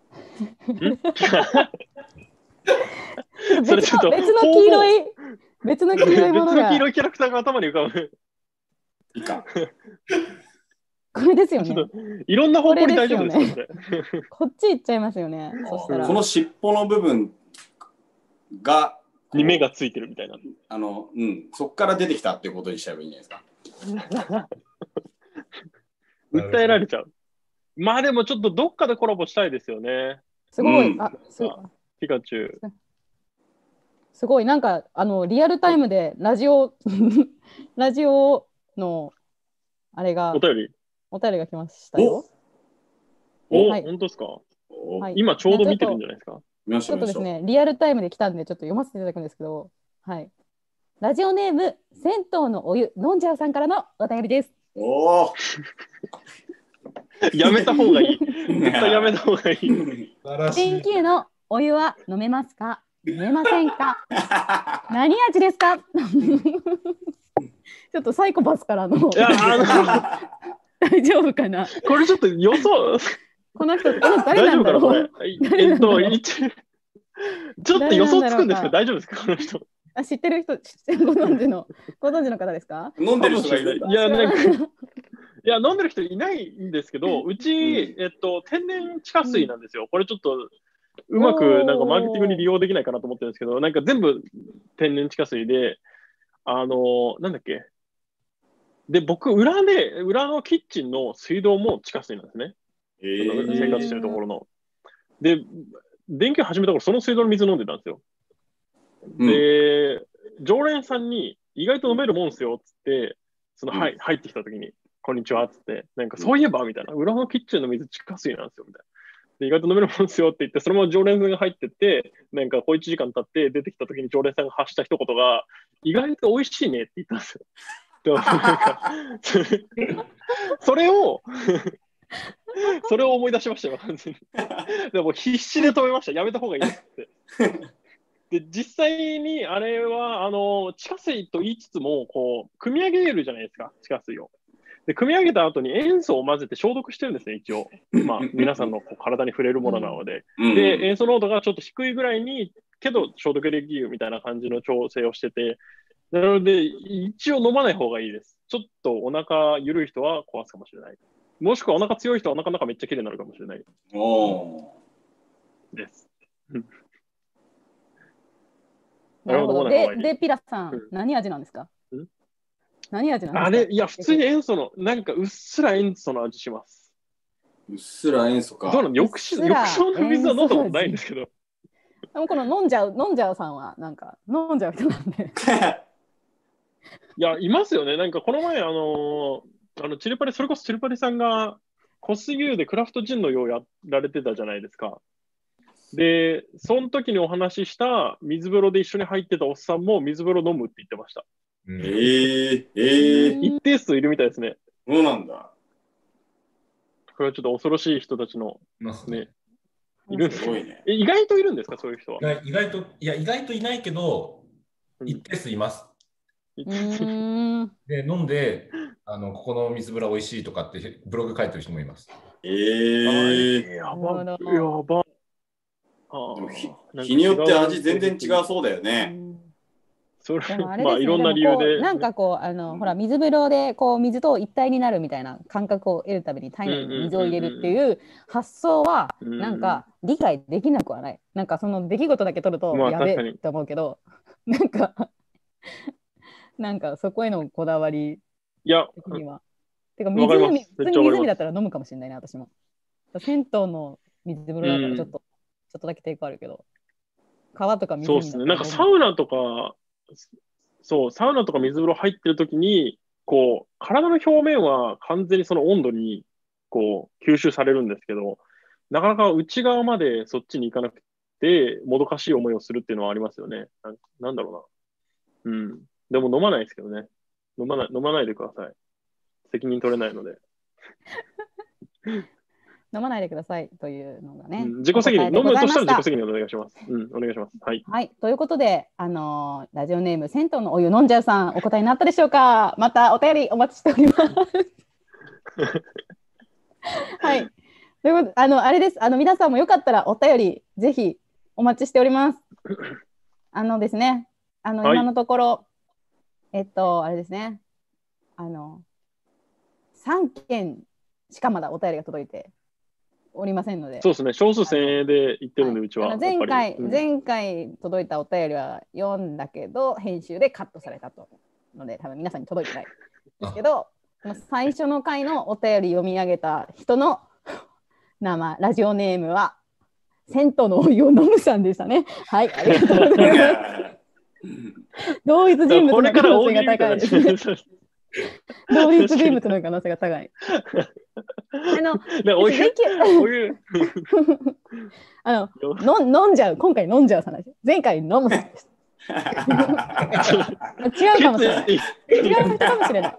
Speaker 3: 別の黄色いものが。
Speaker 2: 別の黄色いキャラクターが頭に浮かぶ。
Speaker 4: ピカ。
Speaker 3: これですよね。
Speaker 2: いろんな方向に大丈夫ですね。
Speaker 3: こっち行っちゃいますよね。そしたら
Speaker 4: この尻尾の部分が
Speaker 2: に目がついてるみたいな。
Speaker 4: そっから出てきたっていうことにしちゃえばいいんじゃないですか。
Speaker 2: 訴えられちゃう。まあでもちょっとどっかでコラボしたいですよね。
Speaker 3: すごい。
Speaker 2: ピカチュウ。
Speaker 3: すごい。なんかリアルタイムでラジオのあれがお便りが来ましたよ。
Speaker 2: 本当ですか？今ちょうど見てるんじゃないですか？
Speaker 3: ちょっとですね、リアルタイムで来たんでちょっと読ませていただくんですけど、はい。ラジオネーム銭湯のお湯飲んじゃうさんからのお便りです。
Speaker 2: やめた方がいい。絶対やめた方がいい。
Speaker 3: 電球のお湯は飲めますか？飲めませんか？何味ですか？ちょっとサイコパスからの大丈夫かな？
Speaker 2: これちょっと予想
Speaker 3: この人誰なんだろう？
Speaker 2: ちょっと予想つくんですけど大丈夫ですか？この人。
Speaker 3: 知ってる人ご存知の方ですか？
Speaker 4: 飲んでる人がいる。
Speaker 2: いや飲んでる人いないんですけど、うち天然地下水なんですよ。これちょっとうまくなんかマーケティングに利用できないかなと思ってるんですけど、なんか全部天然地下水で、なんだっけ。で、僕、裏のキッチンの水道も地下水なんですね。生活してるところの。で、電気を始めた頃、その水道の水飲んでたんですよ。で、常連さんに、意外と飲めるもんですよ、つって、入ってきたときに、こんにちは、つって、なんか、そういえば、みたいな、裏のキッチンの水地下水なんですよ、みたいな。で意外と飲めるもんですよって言って、そのまま常連さんが入ってって、なんか、1時間経って出てきたときに常連さんが発した一言が、意外と美味しいねって言ったんですよ。それを思い出しましたよ、完全に。でも必死で止めました。やめた方がいいって。で、実際にあれは、地下水と言いつつも、こう、汲み上げるじゃないですか、地下水を。で、汲み上げた後に塩素を混ぜて消毒してるんですね、一応。まあ、皆さんのこう体に触れるものなので。で、塩素濃度がちょっと低いぐらいに、けど消毒できるみたいな感じの調整をしてて、なので、一応飲まない方がいいです。ちょっとお腹緩い人は壊すかもしれない。もしくはお腹強い人はお腹の中めっちゃ綺麗になるかもしれない。です。
Speaker 3: なるほど。で、ピラさん、何味なんですか？何味なんですか？
Speaker 2: あれ、いや、普通に塩素の、なんかうっすら塩素の味します。
Speaker 4: うっすら塩素か。
Speaker 2: どうなの？浴槽の水は飲んだことないんですけど。
Speaker 3: でもこの飲んじゃうさんは、なんか、飲んじゃう人なんで。
Speaker 2: いや、いますよね。なんかこの前、それこそチルパリさんが、コスユーでクラフトジンの用やられてたじゃないですか。 で、その時にお話しした水風呂で一緒に入ってたおっさんも水風呂飲むって言ってました。一定数いるみたいですね。
Speaker 4: そうなんだ。
Speaker 2: これはちょっと恐ろしい人たちのね。いるんですね。意外といるんですか、そういう人は。
Speaker 5: 意外といないけど、一定数います。で、飲んで、ここの水風呂おいしいとかってブログ書いてる人もいます。
Speaker 2: やば。
Speaker 4: 日によって味全然違うそうだよね。
Speaker 3: それまあいろんな理由で。なんかこうほら水風呂でこう水と一体になるみたいな感覚を得るために体内に水を入れるっていう発想はなんか理解できなくはない。なんかその出来事だけ取るとやべえって思うけど、なんかそこへのこだわり的には。てか普通に湖だったら飲むかもしれないな、私も。銭湯の水風呂だったらちょっとだけ抵抗あるけど、川とか湖
Speaker 2: そうですね。なんかサウナとか水風呂入ってる時に、こう、体の表面は完全にその温度にこう吸収されるんですけど、なかなか内側までそっちに行かなくて、もどかしい思いをするっていうのはありますよね。なんだろうな。でも飲まないですけどね。飲まないでください。責任取れないので。
Speaker 3: 飲まないでくださいというのがね。
Speaker 2: 自己責任、飲むとしたら自己責任でお願いします。お願いします。はい。
Speaker 3: はい。ということで、ラジオネーム、銭湯のお湯飲んじゃうさん、お答えになったでしょうか。またお便りお待ちしております。はい。ということで、あれです。皆さんもよかったらお便り、ぜひお待ちしております。ですね、今のところ、あれですね、3件しかまだお便りが届いておりませんので。
Speaker 2: そうですね、少数精鋭で言ってるんで、うちは。
Speaker 3: 前回届いたお便りは読んだけど、編集でカットされたと。ので、多分皆さんに届いてないですけど、この最初の回のお便り読み上げた人のラジオネームは、銭湯のお湯を飲むさんでしたね。はい、ありがとうございます。同一人物の可能性が高いですね。同一人物の可能性が高い。飲んじゃう、今回飲んじゃう話。前回飲むさんです。違うかもしれない。違う人かもしれない。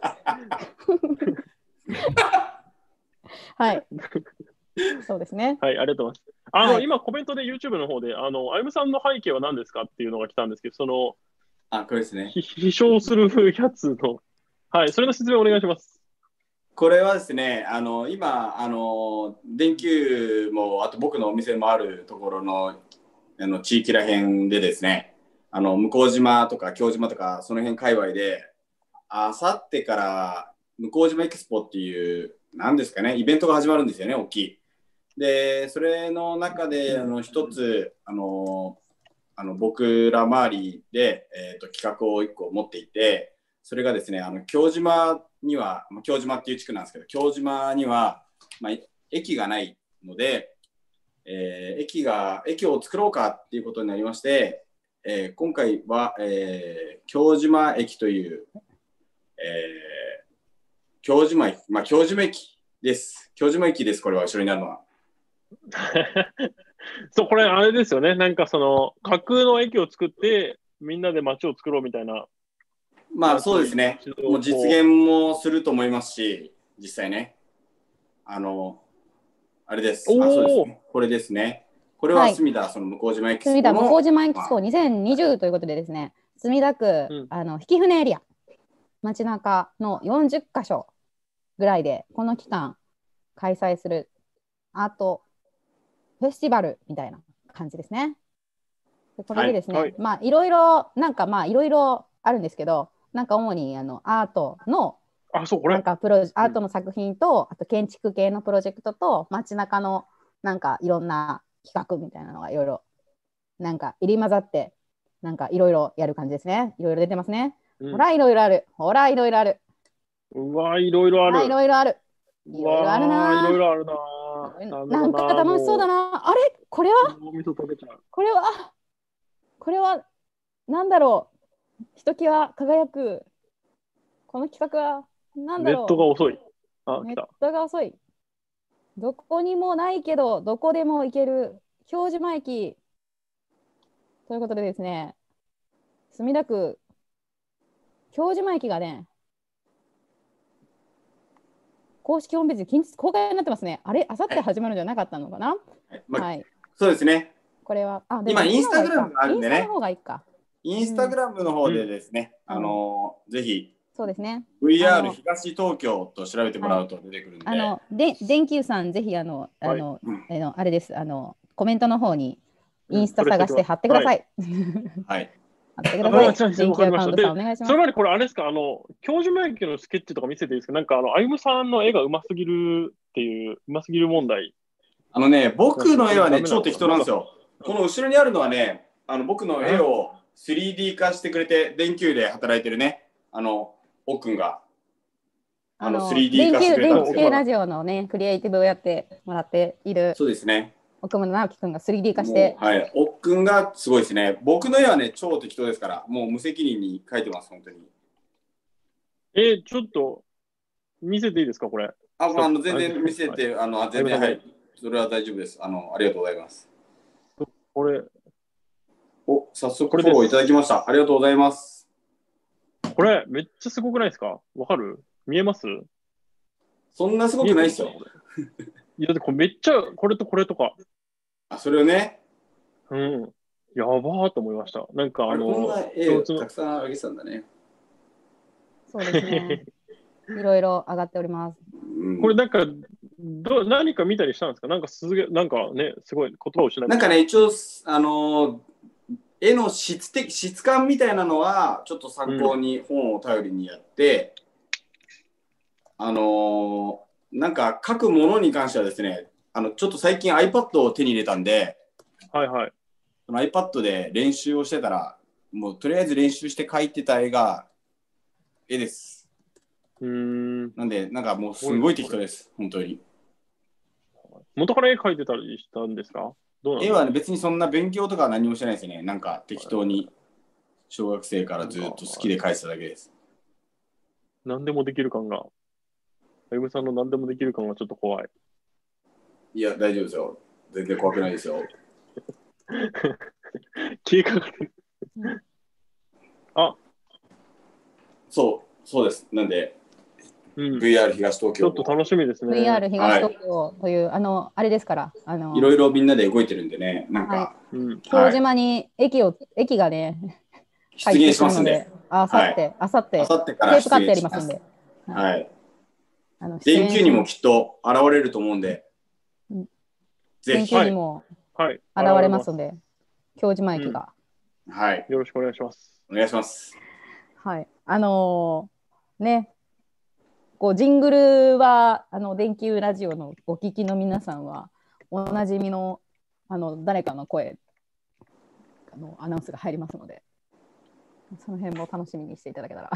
Speaker 3: はい。そうですね。
Speaker 2: はい、ありがとうございます。今コメントで YouTube の方で、あゆむさんの背景は何ですかっていうのが来たんですけど、こ
Speaker 4: れですね。
Speaker 2: 飛翔するやつの、はい、それの説明お願いします。
Speaker 4: これはですね、今、電球も、あと僕のお店もあるところの、地域らへんでですね、向島とか京島とか、その辺界隈で、あさってから向島エキスポっていう、なんですかね、イベントが始まるんですよね、大きい。で、それの中で、一つ、僕ら周りで、企画を1個持っていて、それがですね、京島には、京島っていう地区なんですけど、京島には、駅がないので、駅を作ろうかっていうことになりまして、今回は、京島駅という、京島駅です。京島駅です、これは後ろになるのは。
Speaker 2: そう、これあれですよね。なんか架空の駅を作って、みんなで街を作ろうみたいな。
Speaker 4: そうですね。もう実現もすると思いますし、実際ね。あれです。そうですね。これですね。これは墨田、向島エキスポの。
Speaker 3: 墨田向島エキスポ2020ということでですね、墨田区、曳舟エリア、街中の40カ所ぐらいで、この期間開催するアートフェスティバルみたいな感じですね。でこれでですね、いろいろ、いろいろあるんですけど、なんか主にアートのアートの作品と、あと建築系のプロジェクトと、街中のなんかいろんな企画みたいなのがいろいろなんか入り混ざって、なんかいろいろやる感じですね。いろいろ出てますね。ほらいろいろある。ほらいろいろある。
Speaker 2: うわいろいろある。
Speaker 3: いろいろある。いろいろあるな。
Speaker 2: いろいろあるな。
Speaker 3: なんか楽しそうだな。あれこれはなんだろう。ひときわ輝く。この企画はなんだろう。
Speaker 2: ネットが遅い。
Speaker 3: ネットが遅い。どこにもないけど、どこでも行ける京島駅ということでですね、墨田区京島駅がね、公式ホームページ近日公開になってますね。あれ、あさって始まるんじゃなかったのかな。はい。
Speaker 4: そうですね。
Speaker 3: これは、
Speaker 4: 今、インスタグラムがあるんでね。
Speaker 3: インスタの方がいいか。
Speaker 4: インスタグラムの方でですね、ぜひ、
Speaker 3: そうですね。
Speaker 4: VR 東東京と調べてもらうと出てくるんで。
Speaker 3: 電球さん、ぜひ、あれです、コメントの方にインスタ探して貼ってください。
Speaker 4: はい。
Speaker 3: 貼ってください。電球アカウントさん、お願いします。
Speaker 2: それまでこれ、あれですか、京島駅のスケッチとか見せていいですか？なんか、歩夢さんの絵がうますぎるっていう、うますぎる問題。
Speaker 4: 僕の絵はね、超適当なんですよ。この後ろにあるのはね、僕の絵を 3D 化してくれて、電球で働いてるね、奥君が、3D 化してくれたんです
Speaker 3: 電球ラジオのね、クリエイティブをやってもらっている。
Speaker 4: そうですね。
Speaker 3: 奥村直樹君が 3D 化して。
Speaker 4: はい、奥君がすごいですね。僕の絵はね、超適当ですから、もう無責任に描いてます、本当に。
Speaker 2: ちょっと、見せていいですか、これ。
Speaker 4: 全然見せて、全然、はい。それは大丈夫です。ありがとうございます。
Speaker 2: これ。
Speaker 4: 早速フォローいただきました。ありがとうございます。
Speaker 2: これ、めっちゃすごくないですか？わかる？見えます？
Speaker 4: そんなすごくないですよ。
Speaker 2: いや、だってこれめっちゃ、これとこれとか。
Speaker 4: それをね。
Speaker 2: うん。やばーと思いました。なんか、
Speaker 4: こんな絵をたくさん上げてたんだね。
Speaker 3: そうですね。いろいろ上がっております。
Speaker 2: これなんか何か見たりしたんですか？なんかなんかね、すごい言葉を失いました。
Speaker 4: なんかね、一応絵の質感みたいなのはちょっと参考に本を頼りにやって、なんか書くものに関してはですね、ちょっと最近 iPad を手に入れたんで、
Speaker 2: はいはい。
Speaker 4: iPad で練習をしてたら、もうとりあえず練習して描いてた絵です。なんで、なんかもうすごい適当です、本当に。
Speaker 2: 元から絵描いてたりしたんですか？
Speaker 4: 絵は、ね、別にそんな勉強とかは何もしてないですね。なんか適当に小学生からずっと好きで描いてただけです。
Speaker 2: 何でもできる感が、歩夢さんの何でもできる感はちょっと怖い。い
Speaker 4: や、大丈夫ですよ。全然怖くないですよ。
Speaker 2: 消えかかってる。
Speaker 4: そうです。なんで、VR 東東京。
Speaker 2: ちょっと楽しみですね。
Speaker 3: VR 東東京という、あれですから。
Speaker 4: いろいろみんなで動いてるんでね、なんか。
Speaker 3: 京島に駅がね、
Speaker 4: 出現しますんで。
Speaker 3: あさって
Speaker 4: から
Speaker 3: テープカットやりますんで。
Speaker 4: はい。電球にもきっと現れると思うんで。
Speaker 3: ぜひ。電球にも現れますんで、京島駅が。
Speaker 4: はい。
Speaker 2: よろしくお願いします。
Speaker 4: お願いします。
Speaker 3: はい。ね。ジングルは電球ラジオのお聞きの皆さんはおなじみの誰かの声アナウンスが入りますので、その辺も楽しみにしていただけたら。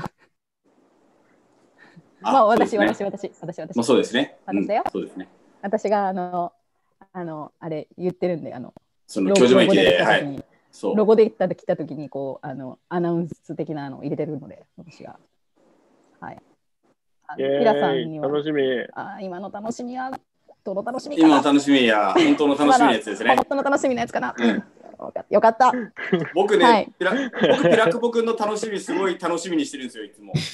Speaker 3: まあ私。
Speaker 4: まあそうですね。
Speaker 3: 私だよ。
Speaker 4: そうですね。
Speaker 3: 私があれ言ってるんで
Speaker 4: その京島駅で
Speaker 3: ロゴで来た時にアナウンス的なのを入れてるので私がピラさんには
Speaker 2: 楽しみ。
Speaker 3: 今の楽しみはどの楽しみ
Speaker 4: かな。今の楽しみや本当の楽しみなやつですね。
Speaker 3: 本当の楽しみなやつかな。よかった。
Speaker 4: 僕ね、ピラクボ君の楽しみすごい楽しみにしてるんですよいつも。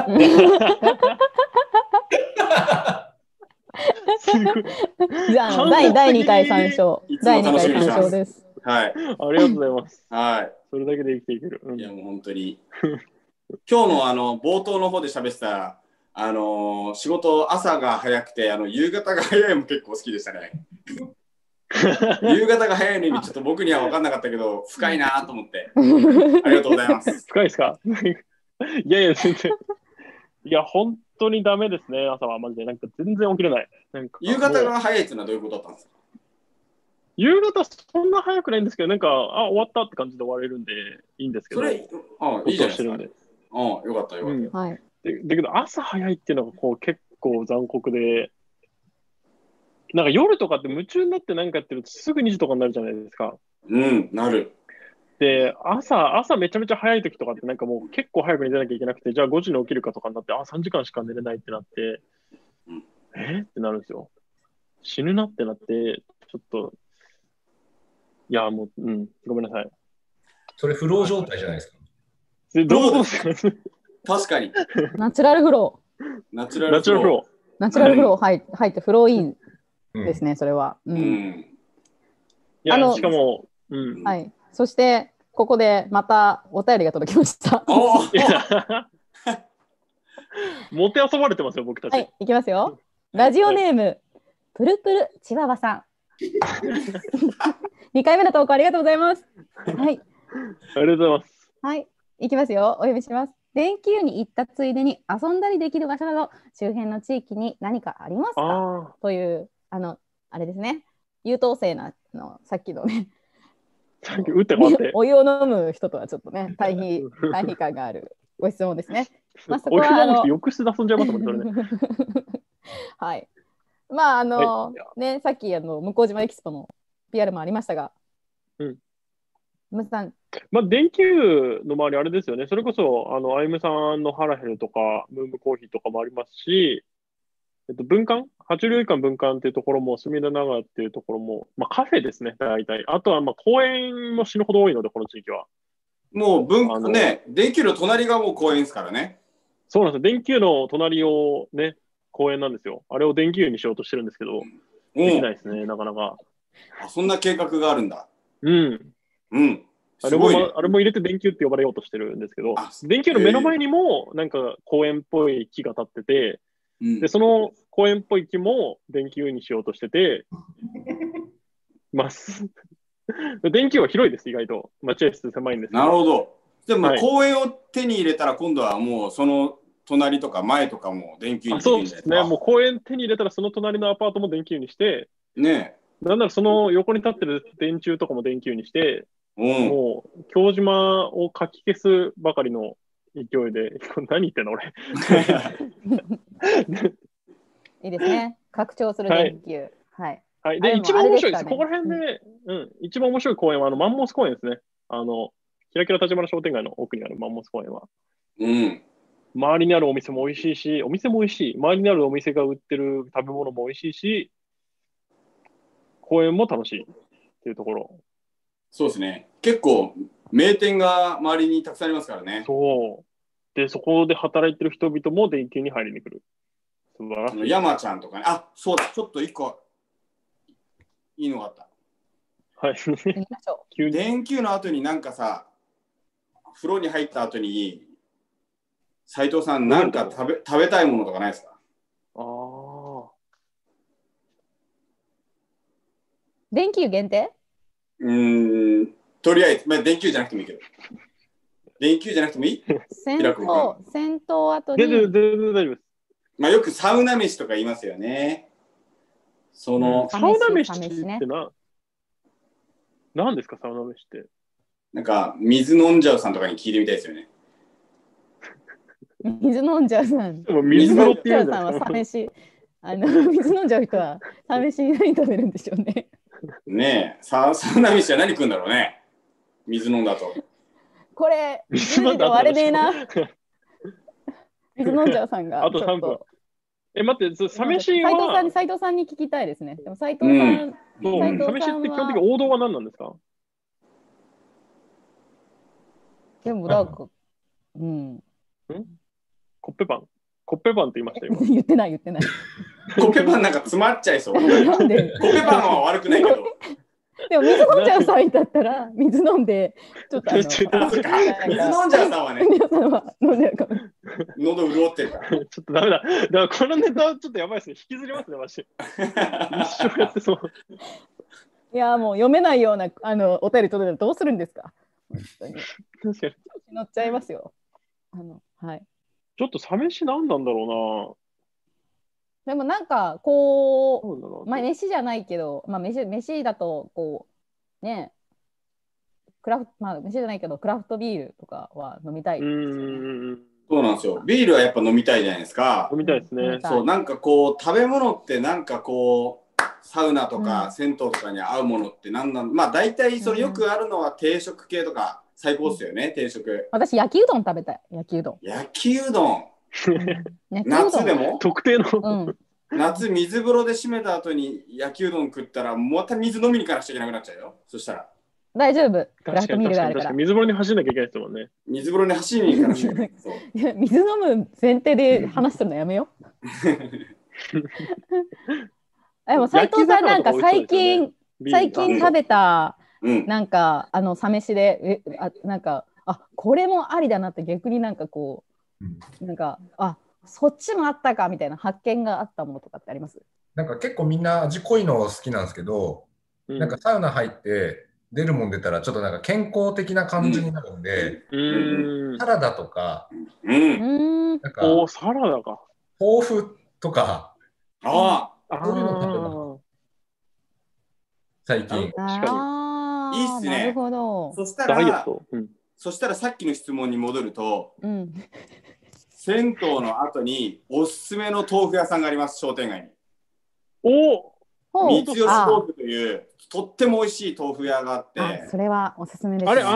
Speaker 3: じゃあ第2回参照。第2回参照です。
Speaker 4: はい。
Speaker 2: ありがとうございます。
Speaker 4: はい。
Speaker 2: それだけで生きていける。
Speaker 4: いやもう本当に。今日の冒頭の方で喋ってた仕事朝が早くて夕方が早いも結構好きでしたね。夕方が早いの意味ちょっと僕には分かんなかったけど深いなと思ってありがとうございます。
Speaker 2: 深いですか？いや全然。いや本当にダメですね。朝はマジでなんか全然起きれない。
Speaker 4: 夕方が早いっていうのはどういうことだったんですか？
Speaker 2: 夕方そんな早くないんですけどなんか終わったって感じで終われるんでいいんですけど。
Speaker 4: それいいじゃないですか。よかった。
Speaker 3: はい。
Speaker 2: だけど朝早いっていうのが結構残酷で、なんか夜とかって夢中になって何かやってるとすぐ2時とかになるじゃないですか。
Speaker 4: なる。
Speaker 2: で、朝めちゃめちゃ早い時とかってなんかもう結構早く寝てなきゃいけなくて、じゃあ5時に起きるかとかになって、3時間しか寝れないってなって、ってなるんですよ。死ぬなってなって、ちょっと、 いや、もう、ごめんなさい。
Speaker 5: それフロー状態じゃないですか。
Speaker 2: どうですか？
Speaker 4: 確かに。
Speaker 3: ナチュラルフロー。
Speaker 2: ナチュラルフロー。
Speaker 3: ナチュラルフロー入ってフローインですね、それは。
Speaker 2: いや、しかも、
Speaker 3: はい。そして、ここでまたお便りが届きました。
Speaker 2: もてあそばれてますよ、僕たち。
Speaker 3: はい、いきますよ。ラジオネーム、プルプルチワワさん。2回目の投稿ありがとうございます。はい。
Speaker 2: ありがとうございます。
Speaker 3: はい、いきますよ。お読みします。電球に行ったついでに遊んだりできる場所など周辺の地域に何かありますかというあれですね。優等生なさっきのね。
Speaker 2: さっき打ってもらって。
Speaker 3: お湯を飲む人とはちょっとね対比感があるご質問ですね。
Speaker 2: まあ、そこはお湯飲む人浴室で遊んじゃいますもんね。
Speaker 3: はい。まあね、さっき向島エキスポの PR もありましたが、ムさん。
Speaker 2: まあ、電球の周りあれですよね。それこそアイムさんのハラヘルとかムームコーヒーとかもありますし、文館、爬虫類館文館っていうところも、隅田長っていうところも、まあ、カフェですね、大体。あとはまあ公園も死ぬほど多いので、この地域は。
Speaker 4: もう電球の隣がもう公園ですからね。
Speaker 2: そうなんですよ。電球の隣をね、公園なんですよ。あれを電球にしようとしてるんですけど、できないですね、なかなか。
Speaker 4: そんな計画があるんだ。
Speaker 2: あれも入れて電球って呼ばれようとしてるんですけど、電球の目の前にもなんか公園っぽい木が立ってて、でその公園っぽい木も電球にしようとしてて、電球は広いです、意外と。待合室狭いんですけど。
Speaker 4: なるほど。でも、公園を手に入れたら今度はもうその隣とか前とかも電球にできるんじゃないですか。
Speaker 2: そうですね。もう公園手に入れたらその隣のアパートも電球にして、
Speaker 4: ね、
Speaker 2: なんならその横に立ってる電柱とかも電球にして、もう京島をかき消すばかりの勢いで、何言ってんの俺。
Speaker 3: いいですね。拡張する電球。
Speaker 2: はい。で、一番面白いです。ここら辺で、一番面白い公園はマンモス公園ですね。キラキラ立花商店街の奥にあるマンモス公園は。周りにあるお店も美味しいし、周りにあるお店が売ってる食べ物も美味しいし、公園も楽しいっていうところ。
Speaker 4: そうですね。結構名店が周りにたくさんありますからね。
Speaker 2: そう。で、そこで働いてる人々も電球に入りに来る。素晴らしい。
Speaker 4: 山ちゃんとかね。あ、そうだ。ちょっと一個いいのがあった。
Speaker 2: はい。
Speaker 4: 電球の後になんかさ、風呂に入った後に、斉藤さんなんか食べたいものとかないですか？
Speaker 3: 電球限定？
Speaker 4: とりあえず、電球じゃなくてもいいけど。電球じゃなくてもいい？
Speaker 3: 戦闘後に。
Speaker 2: 大丈夫です。
Speaker 4: よくサウナ飯とか言いますよね。
Speaker 2: サウナ飯って何ですか、サウナ飯って。
Speaker 4: なんか、水飲んじゃうさんとかに聞いてみたいですよね。
Speaker 3: 水飲んじゃうさん。
Speaker 2: 水風呂っていう
Speaker 3: さんはサ飯。水飲んじゃう人はサ飯に何食べるんでしょうね。
Speaker 4: ねえ、サウナ飯は何食うんだろうね。水飲んだと。
Speaker 3: これ、あれでいいな。水飲んじゃうさんが。
Speaker 2: あと3分。待って、サ飯は
Speaker 3: 斉藤さんに聞きたいですね。でも斉藤さん、
Speaker 2: サ飯って基本的に王道は何なんですか？
Speaker 3: でもなんか、
Speaker 2: コッペパン。コッペパンって言いましたよ。
Speaker 3: 言ってない。
Speaker 4: コッペパンなんか詰まっちゃいそう。なんでコッペパンは悪くないけど。
Speaker 3: でも水飲んじゃうさんだったら水飲んでちょっと
Speaker 4: 水飲んじゃうさんはね。喉潤ってるから。
Speaker 2: ちょっとダメだ。だからこのネタはちょっとやばいですね。引きずりますね、マジ。一生やってそう。
Speaker 3: いやもう読めないようなお便り届いたらどうするんですか。本当に。
Speaker 2: 確かに。
Speaker 3: 乗っちゃいますよ。はい。
Speaker 2: ちょっとサ飯何なんだろ
Speaker 3: うな。でもなんかこう、飯じゃないけど、飯だとこうね、飯じゃないけどクラフトビールとかは飲みたいですよね。
Speaker 4: そうなんですよ。ビールはやっぱ飲みたいじゃないですか。
Speaker 2: 飲みたいですね。
Speaker 4: そう、なんかこう食べ物ってなんかこうサウナとか銭湯とかに合うものって何なんだ。大体それよくあるのは定食系とか最高ですよね、定食。
Speaker 3: 私焼きうどん食べたい。焼きうどん。
Speaker 4: 夏でも
Speaker 2: 特定の、
Speaker 4: 夏水風呂で締めた後に焼きうどん食ったらまた水飲みに行かなくちゃいけなくなっちゃうよ。そしたら
Speaker 3: 大丈夫。クラフトビールがあるから。
Speaker 2: 水風呂に走んなきゃいけないですもんね。
Speaker 4: 水風呂に走りに行かなきゃいけない。
Speaker 3: 水飲む前提で話するのやめよう。でも斉藤さんなんか最近食べたなんかサ飯でなんかこれもありだなって逆になんかこうなんかそっちもあったかみたいな発見があったものとかってあります？
Speaker 5: なんか結構みんな味濃いの好きなんですけど、なんかサウナ入って出るもん出たらちょっとなんか健康的な感じになるんで、サラダとか、
Speaker 2: なんかサラダか
Speaker 5: 豆腐とか、
Speaker 4: そう
Speaker 5: いうの食べます。最近。
Speaker 2: 確か
Speaker 4: に。いいっすね。
Speaker 3: なるほど。
Speaker 4: そしたらさっきの質問に戻ると、銭湯の後におすすめの豆腐屋さんがあります、商店街に。三吉豆腐というとっても美味しい豆腐屋があって。
Speaker 3: それはおすすめです、ね。
Speaker 2: あれ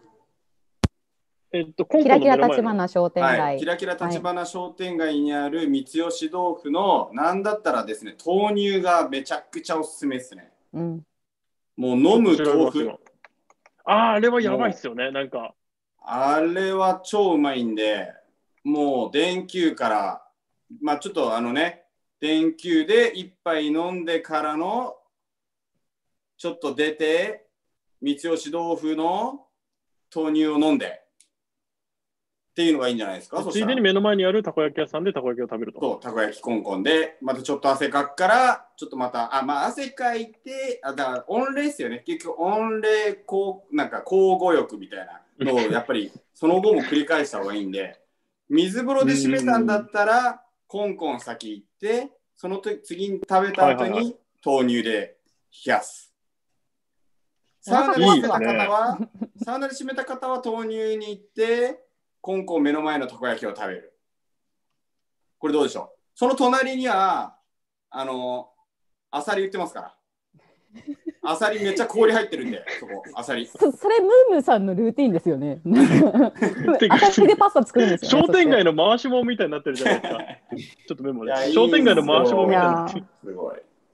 Speaker 3: キラキラ立花商店街、
Speaker 4: キラキラ立花商店街にある三吉豆腐のなんだったらですね、豆乳がめちゃくちゃおすすめですね。もう飲む豆腐。
Speaker 2: あれはやばいっすよね。なんか
Speaker 4: あれは超うまいんで、もう電球からちょっと電球で一杯飲んでからのちょっと出て三吉豆腐の豆乳を飲んでっていうのがいいんじゃないですか。
Speaker 2: ついでに目の前にあるたこ焼き屋さんでたこ焼きを食べると。
Speaker 4: そう、たこ焼きコンコンでまたちょっと汗かくからちょっとまた汗かいてだから温冷ですよね。結局温冷なんか交互浴みたいなのをやっぱりその後も繰り返した方がいいんで、水風呂で締めたんだったらコンコン先行ってその次に食べた後に豆乳で冷やす。サウナで締めた方はサウナで締めた方は豆乳に行ってコンコン目の前のたこ焼きを食べる。これどうでしょう。その隣にはアサリ売ってますから。アサリめっちゃ氷入ってるんで、そこアサリ。
Speaker 3: それムームーさんのルーティンですよね。アサリでパスタ作るんですよ、ね。
Speaker 2: 商店街の回し物みたいになってるじゃないですか。ちょっとメモで。商店街の回し物みたいになってる。
Speaker 4: すごい。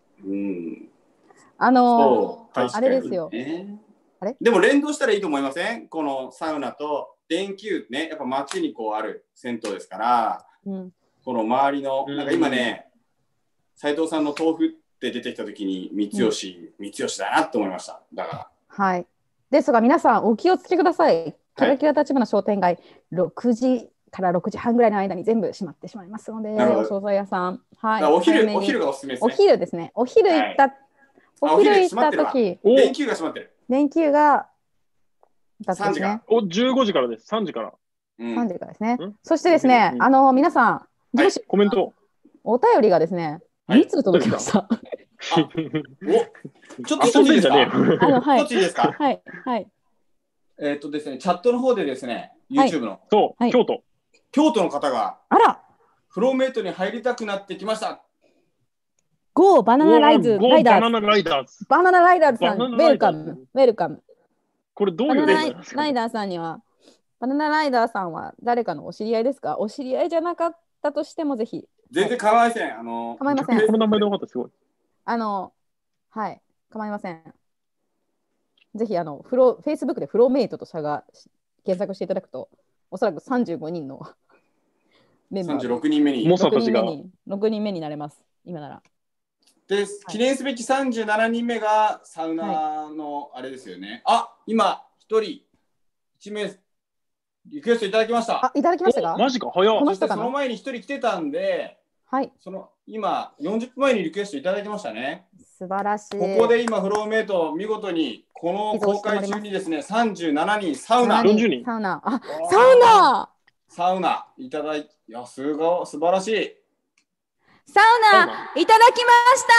Speaker 3: あれですよ。
Speaker 4: あれ？でも連動したらいいと思いません？このサウナと電球ね、やっぱ街にこうある銭湯ですから、この周りのなんか今ね、斉藤さんの豆腐って出てきたときに三吉だなって思いました。だから。はい。
Speaker 3: ですが皆さんお気をつけください。キラキラ立花商店街6時から6時半ぐらいの間に全部閉まってしまいますので、お惣菜屋さん。
Speaker 4: はい。お昼がおすすめですね。
Speaker 3: お昼ですね。お昼行った時。
Speaker 4: 電球が閉まってる。
Speaker 3: 電球が
Speaker 4: 3時から。
Speaker 2: 15時からです。3時から。
Speaker 3: 3時からですね。そしてですね、皆さん、
Speaker 2: コメント。
Speaker 3: お便りがですね、2通届きました。
Speaker 4: ちょっと一ついいですか？一ついいですか？
Speaker 3: はい。
Speaker 4: ですね、チャットの方でですね、YouTube の。
Speaker 2: そう、
Speaker 4: 京都の方が、フローメイトに入りたくなってきました。
Speaker 3: ゴーバナナライダーズ。
Speaker 2: バナナライダーズ。
Speaker 3: バナナライダーズさん、ウェルカム。ウェルカム。
Speaker 2: これどういう
Speaker 3: バナナライダーさんには、バナナライダーさんは誰かのお知り合いですか？お知り合いじゃなかったとしてもぜひ。
Speaker 4: 全然構いません。
Speaker 3: 構いません。
Speaker 2: この名前で分かった、すごい。
Speaker 3: はい、構いません。ぜひFacebook でフローメイトと検索していただくと、おそらく35人のメンバーで
Speaker 4: 36人目に
Speaker 3: 6人目になれます。今なら。
Speaker 4: で、記念すべき37人目がサウナのあれですよね。今1名リクエストいただきました。
Speaker 3: いただきましたか？
Speaker 2: マジか、早
Speaker 4: い。その前に1人来てたんで、今40分前にリクエストいただきましたね。
Speaker 3: 素晴らしい。
Speaker 4: ここで今フローメイト見事にこの公開中にですね、37人サウナ
Speaker 2: 40人
Speaker 4: サウナいただいて、いや素晴らしい。
Speaker 3: サウナいただき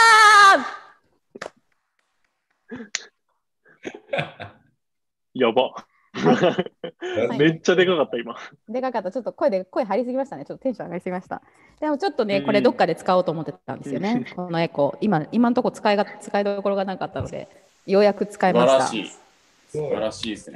Speaker 3: ました。
Speaker 2: やば。めっちゃでかかった今。
Speaker 3: でかかった。ちょっと声張りすぎましたね。ちょっとテンション上がりすぎました。でもちょっとね、これどっかで使おうと思ってたんですよね。このエコー。今のところ使いどころがなかったので、ようやく使いました。
Speaker 4: 素晴らしいです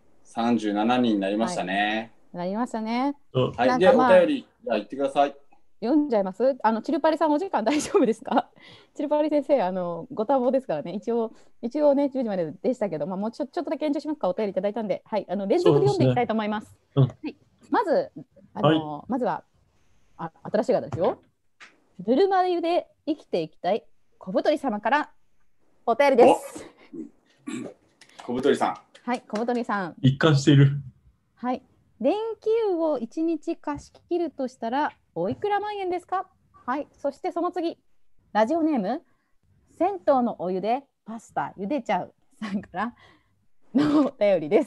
Speaker 4: ね。37人になりましたね。
Speaker 3: なりましたね。
Speaker 4: はい。で、お便り言ってください。
Speaker 3: 読んじゃいます？チルパリさんお時間大丈夫ですか？チルパリ先生、ご多忙ですからね。一応ね、10時まででしたけど、もうちょっとだけ延長しますか？お便りいただいたんで、はい、連続で読んでいきたいと思います。はい、まず、まずは新しい方ですよ。ぬるま湯で生きていきたい小太り様からお便りです。
Speaker 4: 小太りさん。
Speaker 3: はい、小太りさん。
Speaker 1: 一貫している。
Speaker 3: はい。電気を1日貸し切るとしたらおいくら万円ですか？はい。そしてその次、ラジオネーム、銭湯のお湯でパスタ茹でちゃうさんからのお便りです。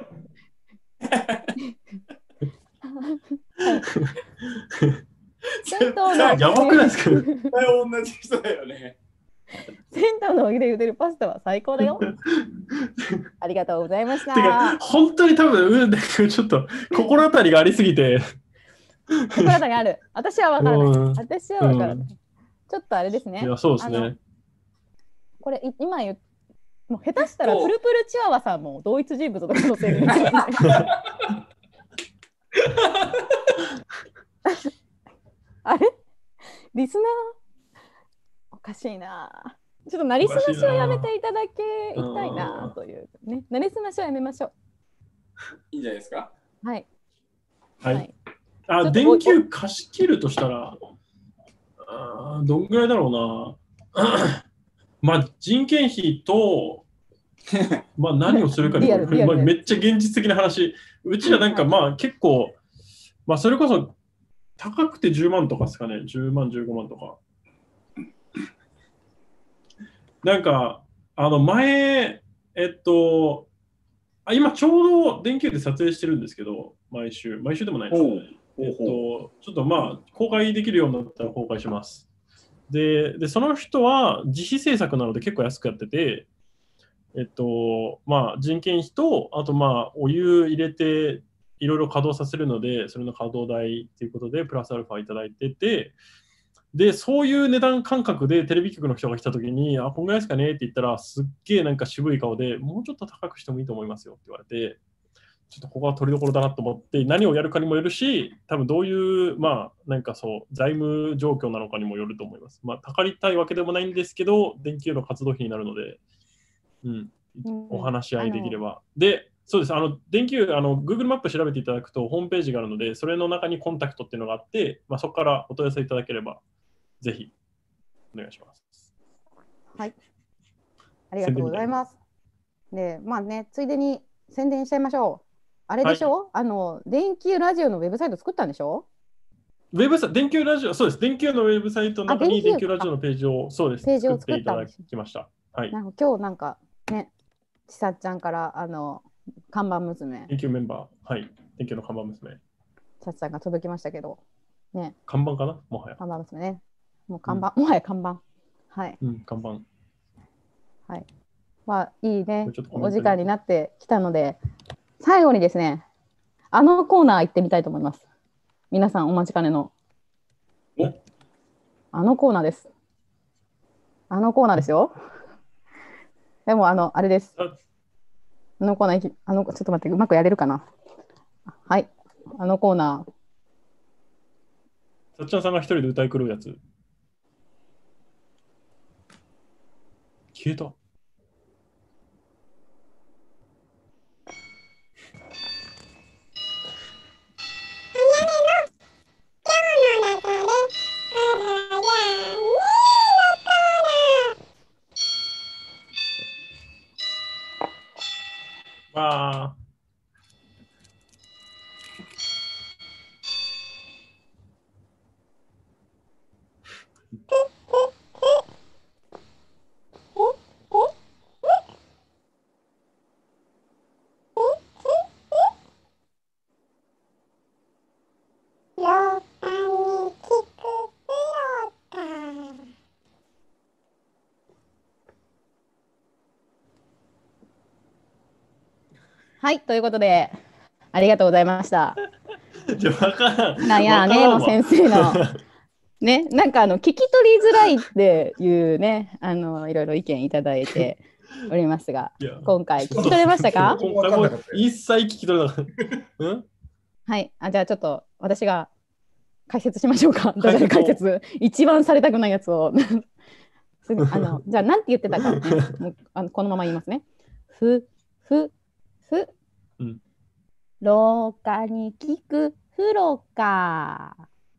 Speaker 3: 銭湯の
Speaker 1: やばくないですか？
Speaker 4: 同じ人だよね。
Speaker 3: 銭湯のお湯で茹でるパスタは最高だよ。ありがとうございました。
Speaker 1: てか本当に多分、ちょっと心当たりがありすぎて。
Speaker 3: 心当たりある。私は分からない。私は分からない。ちょっとあれですね。
Speaker 1: いや、そうですね。
Speaker 3: これ今もう下手したらプルプルチワワさんも同一人物の可能性がある。あれリスナーおかしいな。ちょっとなりすましをやめていただきたいなというね。なりすましをやめましょう。
Speaker 4: いいんじゃないですか。
Speaker 3: はい。
Speaker 1: はい。電球貸し切るとしたら、どんぐらいだろうな。まあ人件費と、まあ何をするかで、めっちゃ現実的な話。うちらなんかまあ結構、まあそれこそ高くて10万とかですかね。10万、15万とか。なんか、前、今ちょうど電球で撮影してるんですけど、毎週でもないです。ちょっとまあ、公開できるようになったら公開します。でその人は自費制作なので結構安くやってて、まあ、人件費と、あとまあ、お湯入れて、いろいろ稼働させるので、それの稼働代ということで、プラスアルファいただいてて、で、そういう値段感覚でテレビ局の人が来たときに、こんぐらいですかねって言ったら、すっげえなんか渋い顔で、もうちょっと高くしてもいいと思いますよって言われて、ちょっとここは取りどころだなと思って、何をやるかにもよるし、多分どういう、まあ、なんかそう、財務状況なのかにもよると思います。まあ、たかりたいわけでもないんですけど、電気の活動費になるので、お話し合いできれば。で、そうです。電気Google マップ調べていただくと、ホームページがあるので、それの中にコンタクトっていうのがあって、まあ、そこからお問い合わせいただければ、ぜひ、お願いします。
Speaker 3: はい。ありがとうございます。で、まあね、ついでに宣伝しちゃいましょう。あれでしょ、はい、電球ラジオのウェブサイト作ったんでしょ？
Speaker 1: 電球ラジオ、そうです。電球のウェブサイトの中に電球ラジオのページを、そうです。
Speaker 3: ページを
Speaker 1: 作っていただきました。はい。
Speaker 3: 今日なんかね、ちさちゃんから看板娘。
Speaker 1: 電球メンバー、はい。電球の看板娘。
Speaker 3: ちさちゃんが届きましたけど、ね。
Speaker 1: 看板かな？もはや。
Speaker 3: 看板娘ね。もう看板、もはや看板。はい。
Speaker 1: 看板。
Speaker 3: はい。まあ、いいね。お時間になってきたので、最後にですね、コーナー行ってみたいと思います。皆さんお待ちかねの。コーナーです。コーナーですよ。でもあれです。コーナーちょっと待って、うまくやれるかな。はい。コーナー。
Speaker 1: さっちゃんさんが一人で歌い狂うやつ。消えた。わー。
Speaker 3: はい、ということで、ありがとうございました。
Speaker 1: なん
Speaker 3: やねの先生の。ね、なんか聞き取りづらいっていうね、いろいろ意見いただいておりますが、今回聞き取れましたか？
Speaker 1: 今回も一切聞き取れなかった。
Speaker 3: はい、じゃあちょっと私が解説しましょうか。ダジャレ解説。一番されたくないやつを。じゃあ、なんて言ってたか、ね、もうこのまま言いますね。
Speaker 1: うん、
Speaker 3: 廊下に効く風呂か。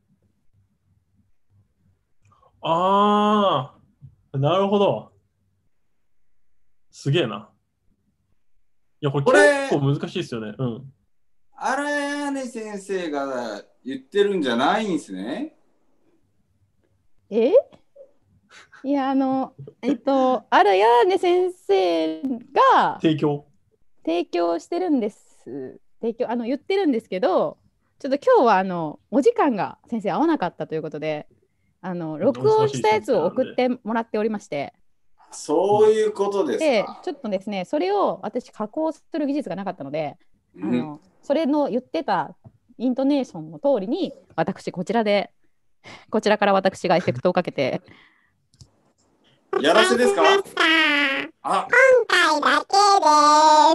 Speaker 1: ああ、なるほど。すげえな。いや、これ結構難しいですよね。うん。
Speaker 4: 荒谷根先生が言ってるんじゃないんですね。
Speaker 3: いや、荒谷根先生が
Speaker 1: 提供
Speaker 3: してるんです。言ってるんですけど、ちょっと今日はお時間が先生合わなかったということで、録音したやつを送ってもらっておりまして。
Speaker 4: そういうことですか。
Speaker 3: で、ちょっとですね、それを私加工する技術がなかったので、それの言ってたイントネーションの通りに、私こちらから私がエフェクトをかけて。
Speaker 4: やらせですか？
Speaker 6: 今回だけです。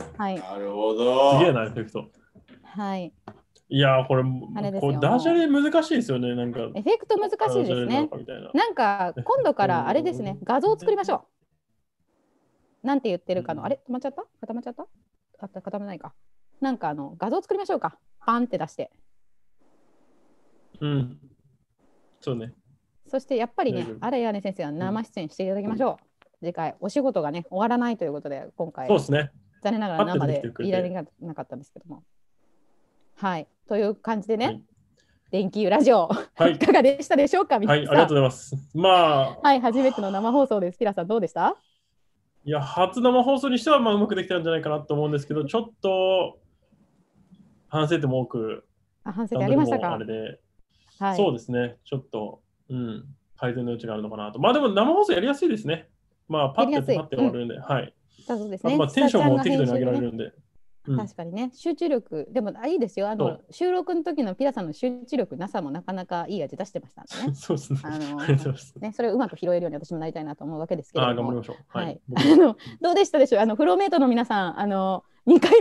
Speaker 3: はい。
Speaker 4: なるほど。
Speaker 1: すげえな、エフェクト。
Speaker 3: はい。
Speaker 1: いやこれダジャレ難しいですよね。なんか
Speaker 3: エフェクト難しいですね。なんか今度からあれですね、画像を作りましょう。なんて言ってるかの、あれ止まっちゃった？固まっちゃった？固めないか。なんか画像を作りましょうか。パンって出して。
Speaker 1: うん。そうね。
Speaker 3: そしてやっぱりね、荒谷根先生は生出演していただきましょう。次回、お仕事がね、終わらないということで、今回、
Speaker 1: そうですね。
Speaker 3: 残念ながら生でいられなかったんですけども。はい。という感じでね、電気ラジオ、いかがでしたでしょうか、皆さん。
Speaker 1: はい、ありがとうございます。
Speaker 3: はい、初めての生放送です。ピラさん、どうでした？
Speaker 1: いや、初生放送にしてはうまくできたんじゃないかなと思うんですけど、ちょっと反省点も多く、
Speaker 3: 反省点ありましたか？
Speaker 1: あれで、そうですね、ちょっと、改善の余地があるのかなと。でも生放送やりやすいですね。パッて終わるんで、はい。
Speaker 3: そうですね。
Speaker 1: テンションも適度に上げられるんで。
Speaker 3: 確かにね、集中力、でもいいですよ。収録の時のピラさんの集中力なさもなかなかいい味出してましたね。
Speaker 1: そうですね。
Speaker 3: それをうまく拾えるように私もなりたいなと思うわけですけども。
Speaker 1: 頑張りましょう。
Speaker 3: はい。どうでしたでしょう。フローメイトの皆さん、2回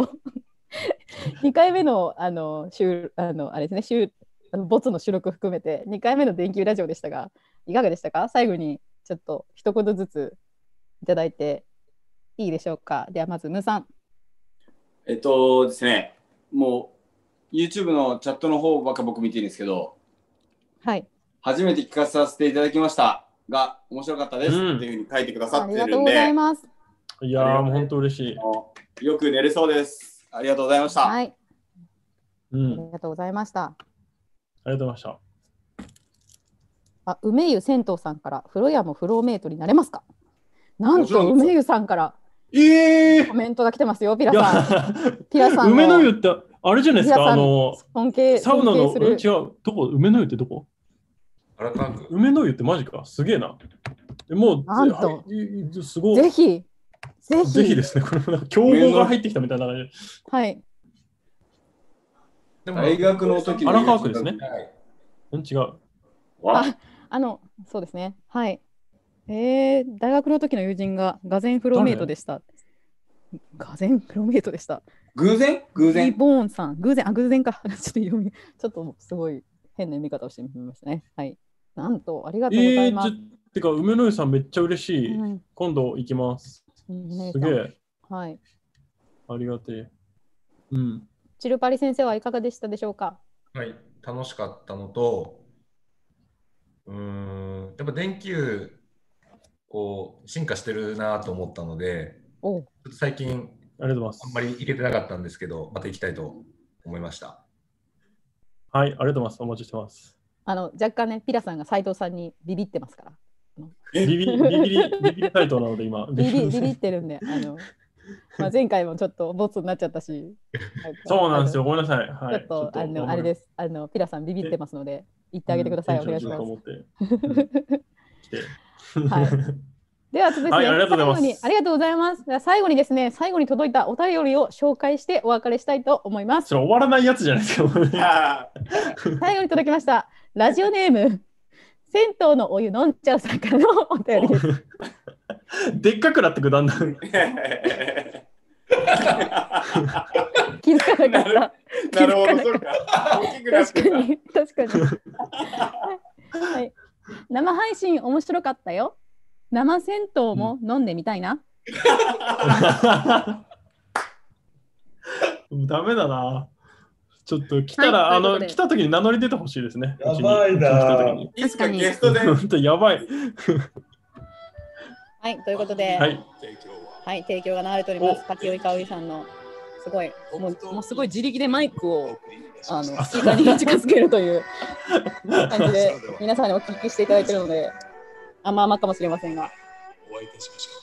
Speaker 3: 目のあれですね、ボツの収録含めて2回目の電球ラジオでしたが、いかがでしたか？最後にちょっと一言ずついただいていいでしょうか。ではまずムーさん。
Speaker 4: ですね、もう YouTube のチャットの方ばっか僕見てるんですけど、
Speaker 3: はい。
Speaker 4: 初めて聞かさせていただきましたが、面白かったですっていうふうに書いてくださってるんで、
Speaker 3: ありがとうございます。
Speaker 1: いやー、もう本当嬉し
Speaker 4: い。よく寝れそうです。ありがとうございました。
Speaker 3: はい。ありがとうございました。
Speaker 1: ありがとうございました。
Speaker 3: 梅湯銭湯さんから風呂屋もフローメイトになれますか？なんと梅湯さんからコメントが来てますよ、ピラさん。ピラさん
Speaker 1: 梅の湯ってあれじゃないですか、サウナの
Speaker 3: 違う、
Speaker 1: どこ？梅の湯ってどこ？梅の湯ってマジか、すげえな。もう
Speaker 3: なんと
Speaker 1: すごい。
Speaker 3: ぜひ
Speaker 1: ですね。これもなんか競合が入ってきたみたいな感じ。
Speaker 3: はい。
Speaker 4: 大学の時の
Speaker 1: 荒川区ですね。違う。
Speaker 3: そうですね。はい。大学の時の友人ががぜんフローメイトでした。がぜんフローメイトでした。
Speaker 4: 偶然
Speaker 3: リボーンさん。偶然か。ちょっとすごい変な見方をしてみましたね。はい。なんと、ありがとうございます。
Speaker 1: てか、梅の湯さんめっちゃ嬉しい。今度行きます。すげえ。
Speaker 3: はい。
Speaker 1: ありがてえ。
Speaker 3: チルパリ先生はいかがでしたでしょうか？
Speaker 5: はい、楽しかったのと、やっぱ電球進化してるなと思ったので、ちょっと最近
Speaker 1: あん
Speaker 5: まり行けてなかったんですけど、また行きたいと思いました。
Speaker 1: はい、ありがとうございます。お待ちしてます。
Speaker 3: 若干ね、ピラさんが斉藤さんにビビってますから。
Speaker 1: ビビりタイトなので今。
Speaker 3: ビビってるんで、前回もちょっとボツになっちゃったし。
Speaker 1: そうなんですよ。ごめんなさい。
Speaker 3: ちょっとあれです。ピラさんビビってますので、言ってあげてください。お願いします。はい。では続いて、最後にありがとうございます。最後にですね、最後に届いたお便りを紹介してお別れしたいと思います。
Speaker 1: それ終わらないやつじゃないですか。
Speaker 3: 最後に届きました。ラジオネーム、銭湯のお湯飲んじゃうさんからのお便りです。
Speaker 1: でっかくなってくだんだん。
Speaker 3: 気づかなかった。
Speaker 4: なるほど、そうか。大きくなってた。
Speaker 3: 確かに。はい。生配信面白かったよ。生銭湯も飲んでみたいな。
Speaker 1: ダメだな。ちょっと来たら、はい、来た時に名乗り出てほしいですね。
Speaker 5: やばいな。
Speaker 4: いつかゲストで。
Speaker 1: 本当やばい。
Speaker 3: はい、ということで、はい、提供が流れております。滝尾香織さんのすごい、もうすごい自力でマイクをスピーカーに近づけるという感じで皆さんにお聞きしていただいているので、甘かもしれませんが。お会いいたしましょう。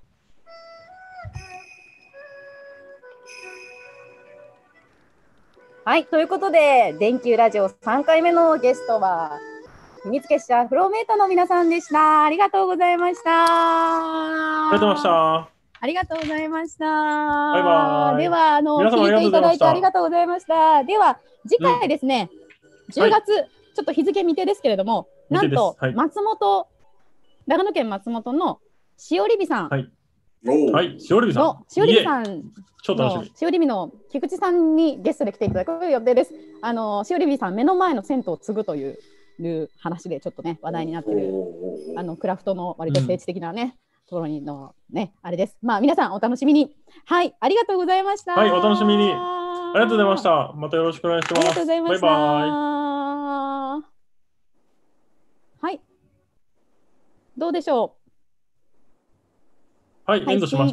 Speaker 3: はい、ということで、電球ラジオ3回目のゲストは、秘密結社フローメーターの皆さんでした。ありがとうございました。
Speaker 1: ありがとうございました。
Speaker 3: ありがとうございました。
Speaker 1: バイバイ。
Speaker 3: では、聞いていただいてありがとうございました。では、次回ですね、10月、ちょっと日付未定ですけれども、なんと、長野県松本のしおりびさん。
Speaker 1: はい、しおりびさん。
Speaker 3: しおりびさん。
Speaker 1: 超楽しみ。
Speaker 3: しおりびの菊池さんにゲストで来ていただく予定です。しおりびさん、目の前の銭湯を継ぐという話でちょっとね、話題になっている、クラフトの割と政治的なね、ところのね、あれです。まあ、皆さんお楽しみに。はい、ありがとうございました。
Speaker 1: はい、お楽しみに。ありがとうございました。またよろしくお願いします。
Speaker 3: ありがとうございました。
Speaker 1: バイバ
Speaker 3: イ。はい。どうでしょう。
Speaker 1: はい、エンドしました。